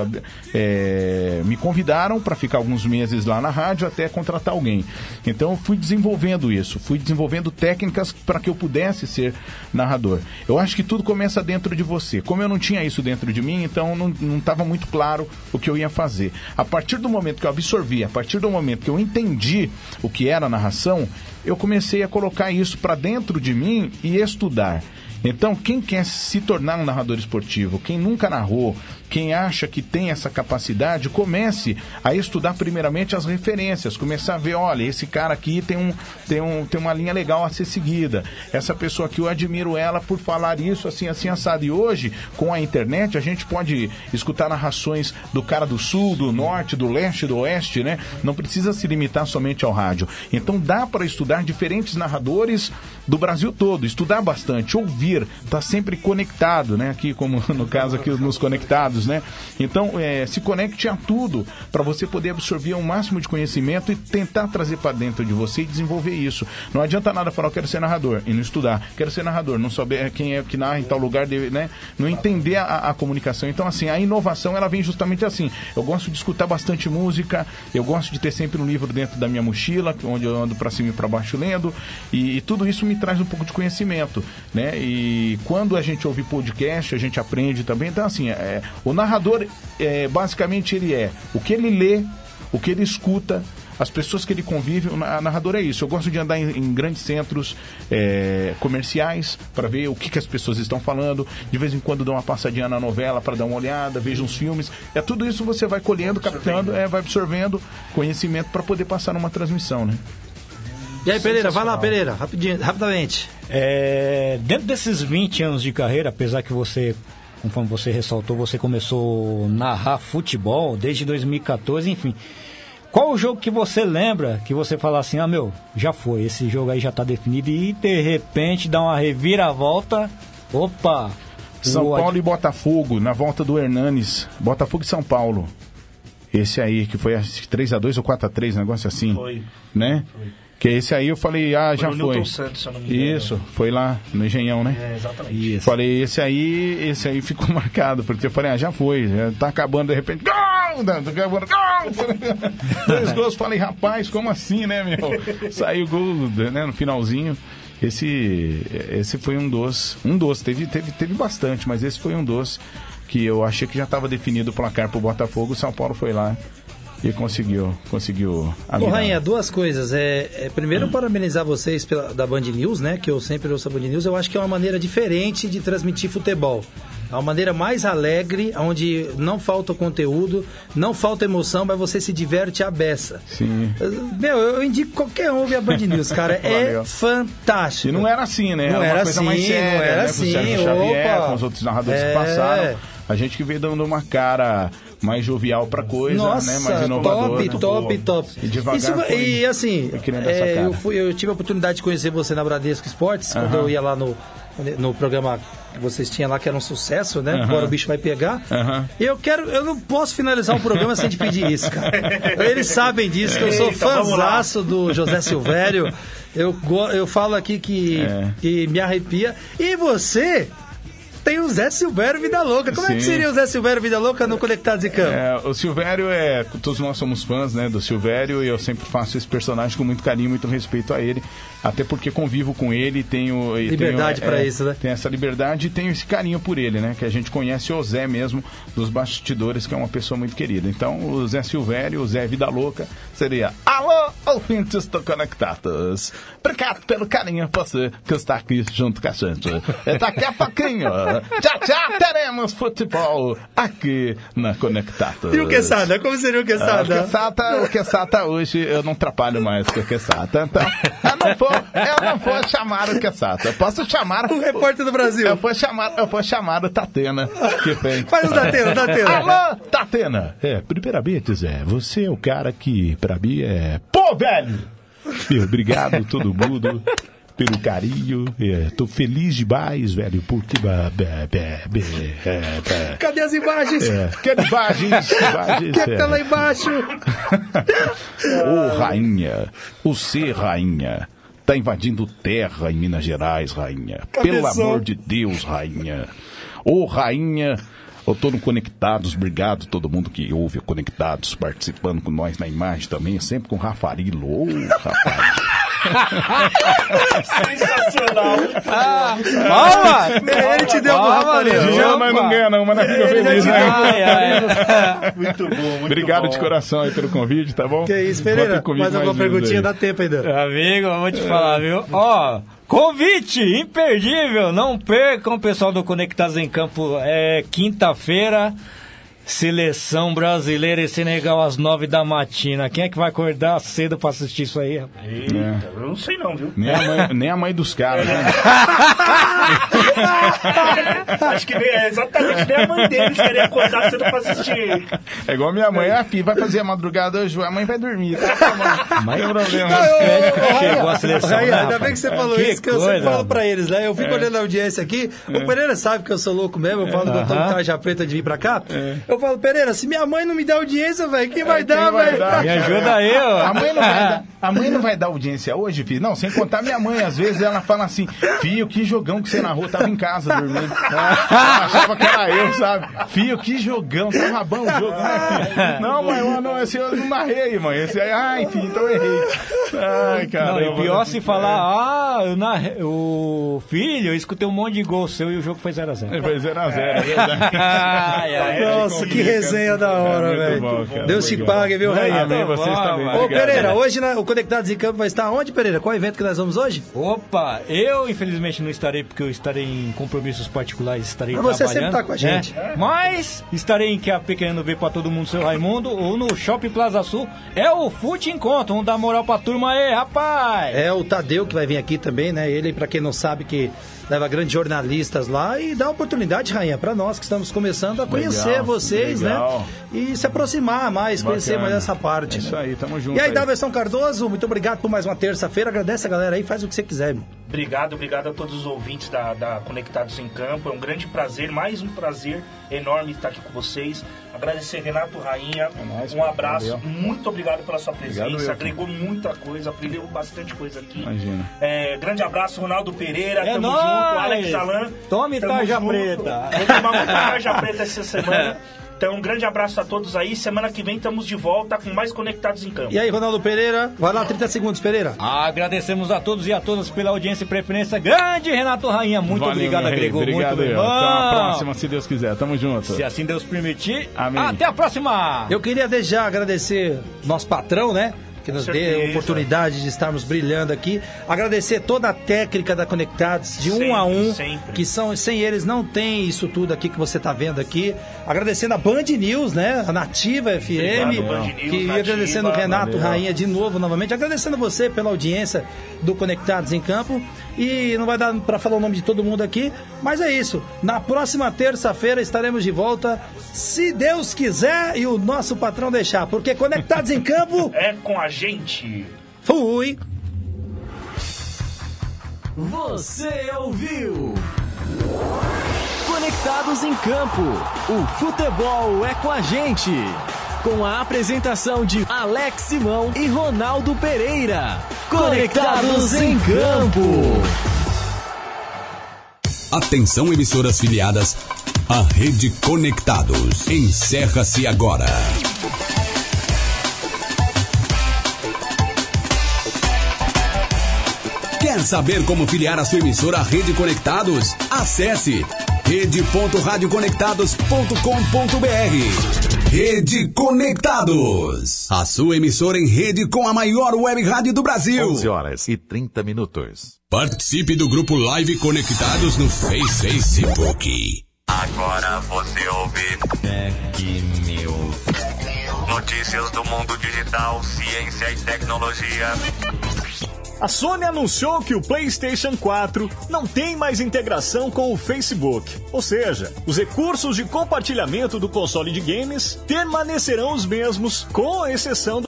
Me convidaram para ficar alguns meses lá na rádio até contratar alguém. Então, eu fui desenvolvendo isso, fui desenvolvendo técnicas para que eu pudesse ser narrador. Eu acho que tudo começa dentro de você. Como eu não tinha isso dentro de mim, então não estava muito claro o que eu ia fazer. A partir do momento que eu absorvi, a partir do momento que eu entendi o que era narração, eu comecei a colocar isso para dentro de mim e estudar. Então, quem quer se tornar um narrador esportivo, quem nunca narrou, quem acha que tem essa capacidade, comece a estudar primeiramente as referências, começar a ver, olha, esse cara aqui tem uma linha legal a ser seguida, essa pessoa aqui, eu admiro ela por falar isso, assim, assado. E hoje, com a internet, a gente pode escutar narrações do cara do sul, do norte, do leste, do oeste, né? Não precisa se limitar somente ao rádio. Então, dá para estudar diferentes narradores do Brasil todo, estudar bastante, ouvir, tá sempre conectado, né? Aqui, como no caso aqui nos conectados, né? Então, se conecte a tudo para você poder absorver o máximo de conhecimento e tentar trazer para dentro de você e desenvolver isso. Não adianta nada falar, eu quero ser narrador e não estudar, quero ser narrador, não saber quem é que narra em tal lugar, né? Não entender a comunicação. Então, assim, a inovação, ela vem justamente assim. Eu gosto de escutar bastante música, eu gosto de ter sempre um livro dentro da minha mochila, onde eu ando para cima e para baixo lendo, e tudo isso me traz um pouco de conhecimento, né? E quando a gente ouve podcast, a gente aprende também. Então, assim, o narrador, basicamente, ele é o que ele lê, o que ele escuta, as pessoas que ele convive. O narrador é isso. Eu gosto de andar em grandes centros comerciais para ver o que as pessoas estão falando. De vez em quando dou uma passadinha na novela para dar uma olhada, vejo uns filmes. Tudo isso você vai colhendo, captando, vai absorvendo conhecimento para poder passar numa transmissão, né? E aí, Pereira, vai lá, Pereira, rapidamente. Dentro desses 20 anos de carreira, apesar que você, conforme você ressaltou, você começou a narrar futebol desde 2014, enfim. Qual o jogo que você lembra, que você fala assim, já foi, esse jogo aí já tá definido, e de repente dá uma reviravolta, opa! São Paulo e Botafogo, na volta do Hernanes, Botafogo e São Paulo. Esse aí, que foi 3-2 ou 4-3, um negócio assim. Foi. Né? Foi. Que esse aí eu falei, já foi. Newton Santos, se eu não me engano. Isso, foi lá no Engenhão, né? Exatamente. Isso. Falei, esse aí ficou marcado, porque eu falei, já foi, já tá acabando, de repente, gol! Tá acabando, gol! 2 gols, falei, rapaz, como assim, né, meu? Saiu o gol, né, no finalzinho. Esse foi um dos, teve bastante, mas esse foi um dos que eu achei que já estava definido o placar pro Botafogo. O São Paulo foi lá e conseguiu a Bom, Rainha, 2 coisas. Primeiro, parabenizar vocês da Band News, né? Que eu sempre ouço a Band News. Eu acho que é uma maneira diferente de transmitir futebol. É uma maneira mais alegre, onde não falta conteúdo, não falta emoção, mas você se diverte à beça. Sim. Eu indico qualquer um ouvir a Band News, cara. É fantástico. E não era assim, né? Não era assim, mais séria, não era né? assim. Com o Sérgio Xavier, com os outros narradores que passaram. A gente que veio dando uma cara mais jovial pra coisa, nossa, né? Mais inovador. Top. E devagar e assim, eu tive a oportunidade de conhecer você na Bradesco Esportes, quando eu ia lá no programa que vocês tinham lá, que era um sucesso, né? Agora o bicho vai pegar. Eu não posso finalizar um programa sem te pedir isso, cara. Eles sabem disso, que eu sou fãzaço do José Eu falo aqui que me arrepia. E você tem o Zé Silvério Vida Louca. Como é que seria o Zé Silvério Vida Louca no Conectados em Campo? O Silvério todos nós somos fãs, né, do Silvério, e eu sempre faço esse personagem com muito carinho, muito respeito a ele, até porque convivo com ele, tenho liberdade para isso, né? Tem essa liberdade e tenho esse carinho por ele, né, que a gente conhece o Zé mesmo dos bastidores, que é uma pessoa muito querida. Então, o Zé Silvério, o Zé Vida Louca, seria: alô, ouvintes do Conectados, obrigado pelo carinho por você que está aqui junto com a gente. Daqui a pouquinho, já teremos futebol aqui na Conectados. E o Quesada? Como seria o Quesada? O Quesada hoje eu não atrapalho mais com o Quesada. Então, eu não vou chamar o Quesada. Eu posso chamar o repórter do Brasil. Eu vou chamar o Tatena, que vem. Faz o Tatena. Alô, Tatena. Primeiramente, Zé, você é o cara que pra mim é... Pô, velho! Obrigado todo mundo pelo carinho. Tô feliz demais, velho, porque... Cadê as imagens? Cadê imagens? Que tá lá embaixo? Ô, rainha, você, rainha, tá invadindo terra em Minas Gerais, rainha. Pelo amor de Deus, rainha. Ô, rainha... Eu tô no Conectados, obrigado a todo mundo que ouve o Conectados, participando com nós na imagem também, sempre com o Rafarilo. Ô, rapaz. Sensacional. Ele te deu um Rafarilo. Mas não ganha não, mas nós ficamos felizes, né? Muito bom, obrigado de coração aí pelo convite, tá bom? Que isso, Pereira. Mais alguma perguntinha, dá tempo ainda. Amigo, eu vou te falar, viu? Convite imperdível, não percam, pessoal do Conectados em Campo, quinta-feira, Seleção Brasileira e Senegal às 9 da matina. Quem é que vai acordar cedo pra assistir isso aí, rapaz? Eita, eu não sei não, viu? Nem a mãe dos caras, né? Acho que exatamente nem a mãe deles queria acordar cedo pra assistir. É igual minha mãe, filha, vai fazer a madrugada hoje, a mãe vai dormir, tá? Mas tem problema. Chegou a seleção, ainda bem que você falou isso, que eu sempre falo pra eles, né? Eu fico olhando a audiência aqui, o Pereira sabe que eu sou louco mesmo, eu falo que eu tô com tarja preta de vir pra cá. Eu falo, Pereira, se minha mãe não me dá audiência, velho, quem vai dar, velho? Me ajuda aí, ó. A mãe não vai dar audiência hoje, filho? Não, sem contar minha mãe, às vezes ela fala assim: filho, que jogão que você narrou, tava em casa dormindo. Ela achava que era eu, sabe? Filho, que jogão, tava bom o jogo, né, filho? Não, mãe, não, esse eu não narrei, mãe. Esse aí, ai, filho, então eu errei. Ai, caramba. Não, e pior se falar, eu narrei, o filho, eu escutei um monte de gol seu e o jogo foi 0x0. Foi 0x0, é verdade. Nossa, que resenha da hora, velho. Deus te pague, viu, Rainha? Amém, vocês também. Ô, Pereira, hoje o Conectados em Campo vai estar onde, Pereira? Qual evento que nós vamos hoje? Opa, eu infelizmente não estarei, porque eu estarei em compromissos particulares, estarei trabalhando. Você sempre tá com a gente. Mas estarei em QAP querendo ver pra todo mundo, seu Raimundo, ou no Shopping Plaza Sul. É o Fute Encontro, vamos dar moral pra turma aí, rapaz. É o Tadeu que vai vir aqui também, né? Ele, pra quem não sabe, que leva grandes jornalistas lá e dá oportunidade, Rainha, pra nós que estamos começando a conhecer vocês, né? E se aproximar mais, conhecer mais essa parte. Isso aí, tamo junto. E aí, Daverson Cardoso, muito obrigado por mais uma terça-feira. Agradece a galera aí, faz o que você quiser, meu. Obrigado a todos os ouvintes da Conectados em Campo. É um grande prazer, mais um prazer enorme estar aqui com vocês. Agradecer Renato Rainha, um abraço, valeu. Muito obrigado pela sua presença, agregou muita coisa, aprendeu bastante coisa aqui. Imagina. Grande abraço, Ronaldo Pereira, tamo nóis. junto, Alex Alan. Tome tarja preta. Vou tomar muita tarja preta essa semana. Então, um grande abraço a todos aí. Semana que vem estamos de volta com mais Conectados em Campo. E aí, Ronaldo Pereira? Vai lá, 30 segundos, Pereira. Agradecemos a todos e a todas pela audiência e preferência. Grande Renato Rainha, muito obrigado, agregou obrigado, muito. Até a próxima, se Deus quiser. Tamo junto. Se assim Deus permitir. Amém. Até a próxima. Eu queria desde já agradecer nosso patrão, né? Que nos dê a oportunidade de estarmos brilhando aqui. Agradecer toda a técnica da Conectados, de um a um, que sem eles não tem isso tudo aqui que você está vendo aqui. Agradecendo a Band News, né? A Nativa FM. E agradecendo o Renato Rainha de novo, novamente. Agradecendo você pela audiência do Conectados em Campo. E não vai dar para falar o nome de todo mundo aqui, mas é isso. Na próxima terça-feira estaremos de volta, se Deus quiser e o nosso patrão deixar, porque Conectados em Campo é com a gente. Fui. Você ouviu Conectados em Campo. O futebol é com a gente. Com a apresentação de Alex Simão e Ronaldo Pereira. Conectados em Campo. Atenção, emissoras filiadas à Rede Conectados. Encerra-se agora. Quer saber como filiar a sua emissora à Rede Conectados? Acesse rede.radioconectados.com.br. Rede Conectados, a sua emissora em rede com a maior web rádio do Brasil. 11h30. Participe do grupo Live Conectados no Facebook. Agora você ouve Tech News. Notícias do mundo digital, ciência e tecnologia. A Sony anunciou que o PlayStation 4 não tem mais integração com o Facebook. Ou seja, os recursos de compartilhamento do console de games permanecerão os mesmos, com exceção do